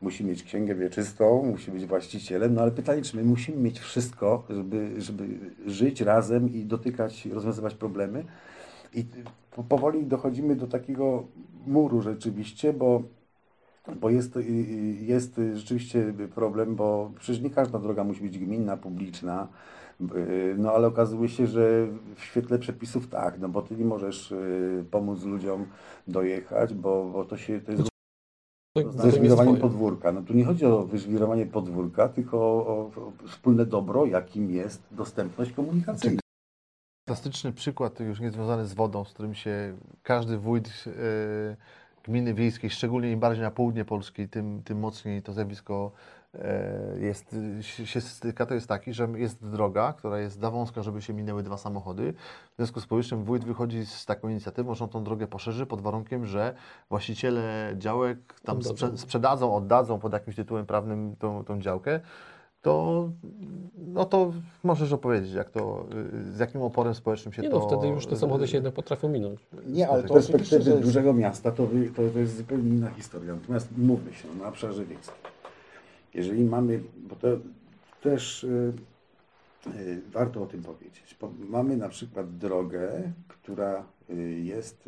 musi mieć księgę wieczystą, musi być właścicielem, no ale pytanie, czy my musimy mieć wszystko, żeby żyć razem i dotykać, rozwiązywać problemy. I powoli dochodzimy do takiego muru rzeczywiście, bo jest rzeczywiście problem, bo przecież nie każda droga musi być gminna, publiczna, no ale okazuje się, że w świetle przepisów tak, no bo ty nie możesz pomóc ludziom dojechać, bo to jest zeżwirowanie podwórka. No tu nie chodzi o wyżwirowanie podwórka, tylko o wspólne dobro, jakim jest dostępność komunikacyjna. Fantastyczny przykład, już nie związany z wodą, z którym się każdy wójt gminy wiejskiej, szczególnie im bardziej na południe Polski, tym mocniej to zjawisko się styka, to jest taki, że jest droga, która jest za wąska, żeby się minęły dwa samochody. W związku z powyższym wójt wychodzi z taką inicjatywą, że on tą drogę poszerzy pod warunkiem, że właściciele działek tam sprzedadzą, oddadzą pod jakimś tytułem prawnym tą działkę. To możesz opowiedzieć, z jakim oporem społecznym się to... wtedy już te samochody się jednak potrafią minąć. Nie, ale z perspektywy dużego miasta to jest zupełnie inna historia. Natomiast mówmy się, na obszarze wiejskim. Jeżeli mamy, bo to też warto o tym powiedzieć, bo mamy na przykład drogę, która jest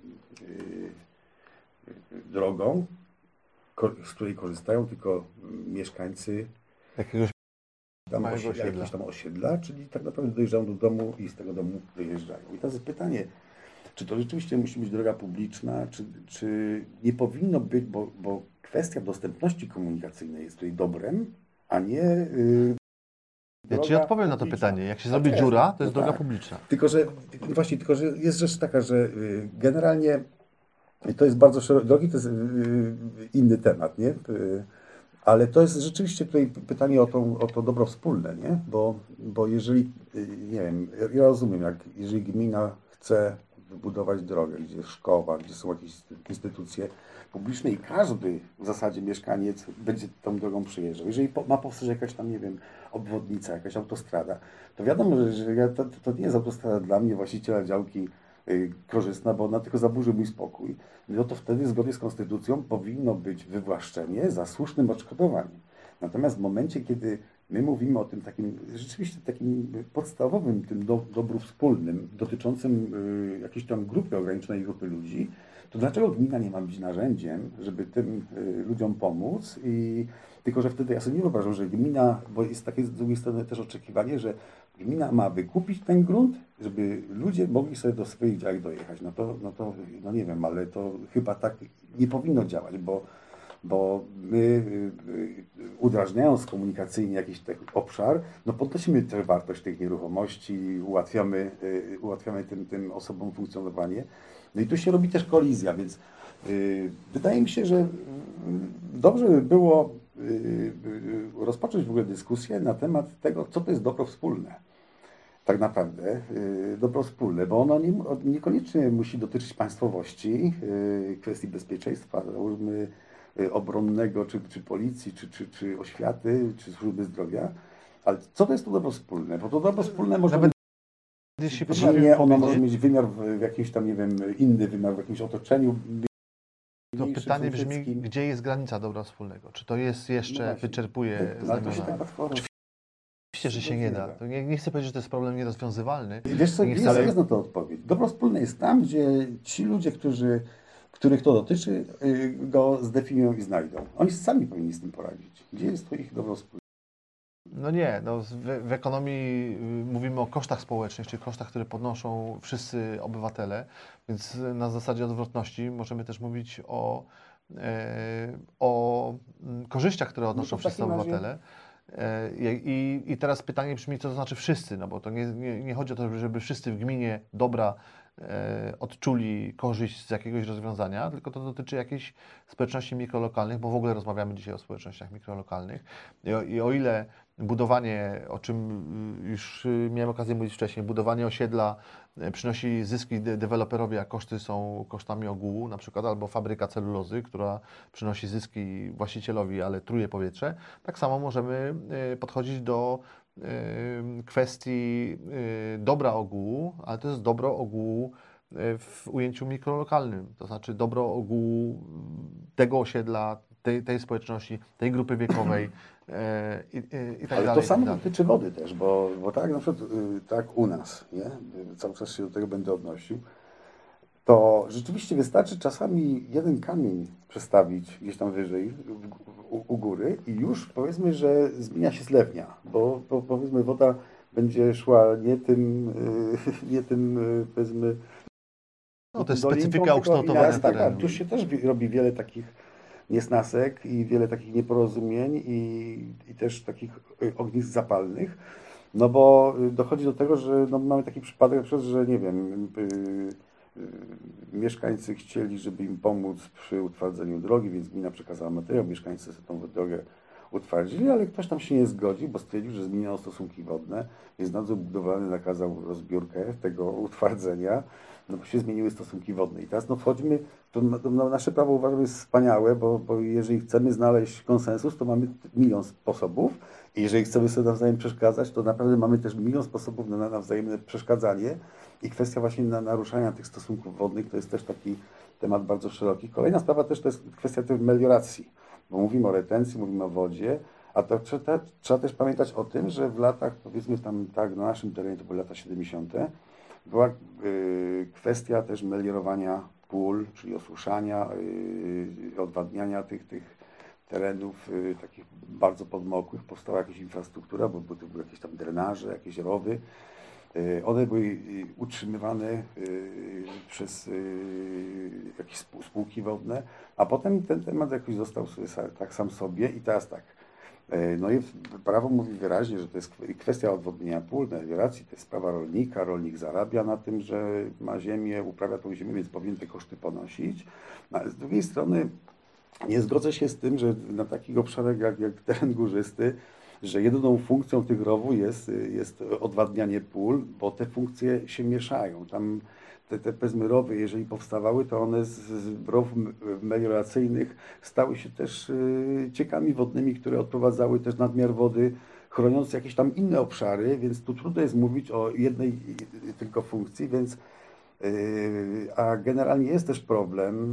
drogą, z której korzystają tylko mieszkańcy jakiegoś tam osiedla, czyli tak naprawdę dojeżdżają do domu i z tego domu wyjeżdżają. I teraz jest pytanie, czy to rzeczywiście musi być droga publiczna, czy nie powinno być, bo kwestia dostępności komunikacyjnej jest tutaj dobrem, a nie ja Ci odpowiem na to pytanie. Jak się zrobi dziura, to jest droga publiczna. Tylko że jest rzecz taka, że generalnie to jest bardzo szerokie, drogi to jest inny temat, nie? Ale to jest rzeczywiście tutaj pytanie o to dobro wspólne, nie? Bo jeżeli, nie wiem, ja rozumiem, jeżeli gmina chce wybudować drogę, gdzie jest szkoła, gdzie są jakieś instytucje publiczne i każdy w zasadzie mieszkaniec będzie tą drogą przyjeżdżał. Jeżeli ma powstać jakaś tam, nie wiem, obwodnica, jakaś autostrada, to wiadomo, że to nie jest autostrada dla mnie, właściciela działki korzystna, bo ona tylko zaburzy mój spokój. No to wtedy zgodnie z konstytucją powinno być wywłaszczenie za słusznym odszkodowaniem. Natomiast w momencie, kiedy my mówimy o tym takim, rzeczywiście takim podstawowym, tym dobru wspólnym, dotyczącym jakiejś tam grupy, ograniczonej grupy ludzi, to dlaczego gmina nie ma być narzędziem, żeby tym ludziom pomóc? Tylko że wtedy ja sobie nie wyobrażam, że gmina, bo jest takie z drugiej strony też oczekiwanie, że gmina ma wykupić ten grunt, żeby ludzie mogli sobie do swoich działek dojechać. No nie wiem, ale to chyba tak nie powinno działać, bo my udrażniając komunikacyjnie jakiś taki obszar, no podnosimy też wartość tych nieruchomości, ułatwiamy tym osobom funkcjonowanie. No i tu się robi też kolizja, więc wydaje mi się, że dobrze by było rozpocząć w ogóle dyskusję na temat tego, co to jest dobro wspólne. Tak naprawdę dobro wspólne, bo ono niekoniecznie musi dotyczyć państwowości, kwestii bezpieczeństwa, załóżmy obronnego, czy policji, czy oświaty, czy służby zdrowia. Ale co to jest to dobro wspólne? Bo to dobro wspólne może być... Ono może mieć wymiar w jakimś tam, nie wiem, inny wymiar w jakimś otoczeniu. To pytanie brzmi, gdzie jest granica dobra wspólnego? Czy to jest jeszcze, wyczerpuje znamiona? Oczywiście, że się nie da. To nie chcę powiedzieć, że to jest problem nierozwiązywalny. Wiesz co, jest na to odpowiedź. Dobro wspólne jest tam, gdzie ci ludzie, których to dotyczy, go zdefiniują i znajdą. Oni sami powinni z tym poradzić. Gdzie jest to ich dobro wspólne? No nie, w ekonomii mówimy o kosztach społecznych, czyli kosztach, które podnoszą wszyscy obywatele, więc na zasadzie odwrotności możemy też mówić o korzyściach, które odnoszą wszyscy obywatele. I teraz pytanie brzmi, co to znaczy wszyscy, no bo to nie chodzi o to, żeby wszyscy w gminie dobra odczuli korzyść z jakiegoś rozwiązania, tylko to dotyczy jakiejś społeczności mikrolokalnych, bo w ogóle rozmawiamy dzisiaj o społecznościach mikrolokalnych. I o ile budowanie, o czym już miałem okazję mówić wcześniej, budowanie osiedla przynosi zyski deweloperowi, a koszty są kosztami ogółu, na przykład, albo fabryka celulozy, która przynosi zyski właścicielowi, ale truje powietrze, tak samo możemy podchodzić do kwestii dobra ogółu, ale to jest dobro ogółu w ujęciu mikrolokalnym, to znaczy dobro ogółu tego osiedla, tej społeczności, tej grupy wiekowej i tak Ale dalej. to samo i tak dalej. dotyczy wody też, bo tak na przykład tak u nas, nie? Cały czas się do tego będę odnosił, to rzeczywiście wystarczy czasami jeden kamień przestawić gdzieś tam wyżej u góry i już powiedzmy, że zmienia się zlewnia, bo powiedzmy woda będzie szła nie tym powiedzmy No, to jest dolinką, specyfika tylko ukształtowania jasne, tak, terenu. tu się też robi wiele takich niesnasek i wiele takich nieporozumień i też takich ognisk zapalnych, no bo dochodzi do tego, że no, mamy taki przypadek na przykład, że nie wiem, mieszkańcy chcieli, żeby im pomóc przy utwardzeniu drogi, więc gmina przekazała materiał, mieszkańcy sobie tą drogę utwardzili, ale ktoś tam się nie zgodził, bo stwierdził, że zmieniało stosunki wodne, więc nadzór budowlany nakazał rozbiórkę tego utwardzenia, no bo się zmieniły stosunki wodne. I teraz no wchodzimy, no, nasze prawo uważam jest wspaniałe, bo jeżeli chcemy znaleźć konsensus, to mamy milion sposobów i jeżeli chcemy sobie nawzajem przeszkadzać, to naprawdę mamy też milion sposobów na wzajemne przeszkadzanie i kwestia właśnie naruszania tych stosunków wodnych to jest też taki temat bardzo szeroki. Kolejna sprawa też to jest kwestia tej melioracji, bo mówimy o retencji, mówimy o wodzie, a to trzeba też pamiętać o tym, że w latach, powiedzmy tam tak, na naszym terenie to były lata 70., była kwestia też meliorowania pól, czyli osuszania, odwadniania tych terenów takich bardzo podmokłych. Powstała jakaś infrastruktura, bo były jakieś tam drenaże, jakieś rowy. One były utrzymywane przez jakieś spółki wodne, a potem ten temat jakoś został tak sam sobie i teraz tak. No i prawo mówi wyraźnie, że to jest kwestia odwodnienia pól, melioracji, to jest sprawa rolnika, rolnik zarabia na tym, że ma ziemię, uprawia tą ziemię, więc powinien te koszty ponosić. No, ale z drugiej strony nie zgodzę się z tym, że na takich obszarach jak teren górzysty, że jedyną funkcją tych rowów jest odwadnianie pól, bo te funkcje się mieszają. Tam te powiedzmy rowy, jeżeli powstawały, to one z rowów melioracyjnych stały się też ciekami wodnymi, które odprowadzały też nadmiar wody, chroniąc jakieś tam inne obszary, więc tu trudno jest mówić o jednej tylko funkcji, więc a generalnie jest też problem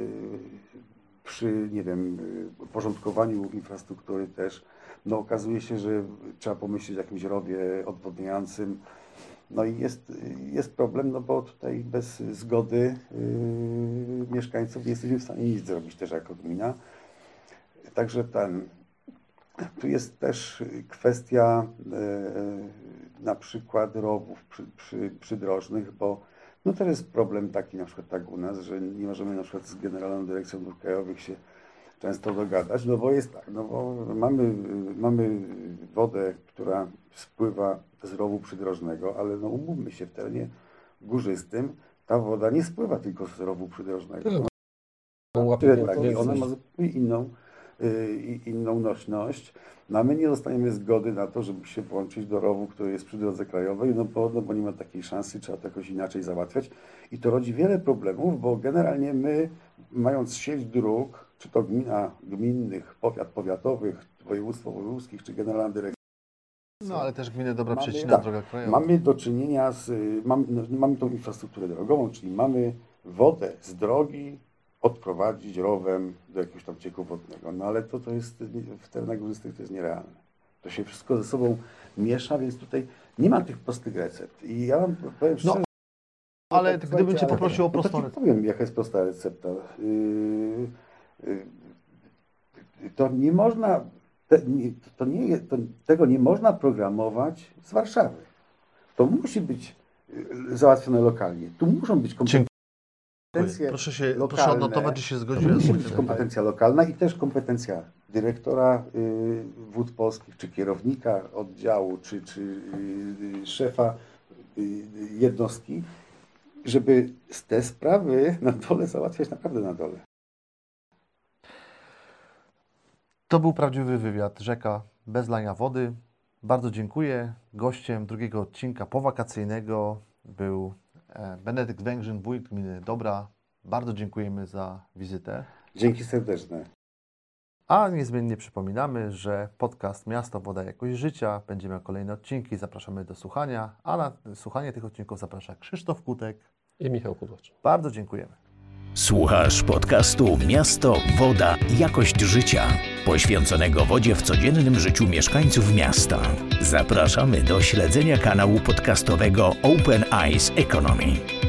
przy, nie wiem, porządkowaniu infrastruktury też. No okazuje się, że trzeba pomyśleć o jakimś rowie odwodniającym. No i jest problem, no bo tutaj bez zgody mieszkańców nie jesteśmy w stanie nic zrobić też jako gmina. Także tu jest też kwestia na przykład rowów przydrożnych, bo no też jest problem taki na przykład tak u nas, że nie możemy na przykład z Generalną Dyrekcją Dróg Krajowych się często dogadać, no bo jest tak, no bo mamy wodę, która spływa z rowu przydrożnego, ale no umówmy się, w terenie górzystym ta woda nie spływa tylko z rowu przydrożnego. Ona ma zupełnie inną nośność. No a my nie dostaniemy zgody na to, żeby się włączyć do rowu, który jest przy drodze krajowej, no bo nie ma takiej szansy, trzeba to jakoś inaczej załatwiać. I to rodzi wiele problemów, bo generalnie my, mając sieć dróg, czy to gmina gminnych, powiatowych, województwo wojewódzkich, czy Generalna Dyrekcja. No ale też gminy dobra przecina, droga krajowa. Mamy do czynienia mamy tą infrastrukturę drogową, czyli mamy wodę z drogi odprowadzić rowem do jakiegoś tam cieku wodnego. No ale to jest w terenach górzystych to jest nierealne. To się wszystko ze sobą miesza, więc tutaj nie ma tych prostych recept. I ja wam powiem szczerze, ale gdybym Cię poprosił o prostą receptę. Powiem, jaka jest prosta recepta. To nie można, tego nie można programować z Warszawy. To musi być załatwione lokalnie. Tu muszą być kompetencje lokalne. Proszę odnotować, że się zgodziłem. Musi być kompetencja lokalna i też kompetencja dyrektora Wód Polskich, czy kierownika oddziału, czy szefa jednostki, żeby te sprawy na dole załatwiać naprawdę na dole. To był prawdziwy wywiad. Rzeka bez lania wody. Bardzo dziękuję. Gościem drugiego odcinka powakacyjnego był Benedykt Węgrzyn, wójt gminy Dobra. Bardzo dziękujemy za wizytę. Dzięki serdeczne. A niezmiennie przypominamy, że podcast Miasto, Woda, Jakość Życia będzie miał kolejne odcinki. Zapraszamy do słuchania, a na słuchanie tych odcinków zaprasza Krzysztof Kutek i Michał Kudłacz. Bardzo dziękujemy. Słuchasz podcastu Miasto, Woda, Jakość Życia, poświęconego wodzie w codziennym życiu mieszkańców miasta. Zapraszamy do śledzenia kanału podcastowego Open Eyes Economy.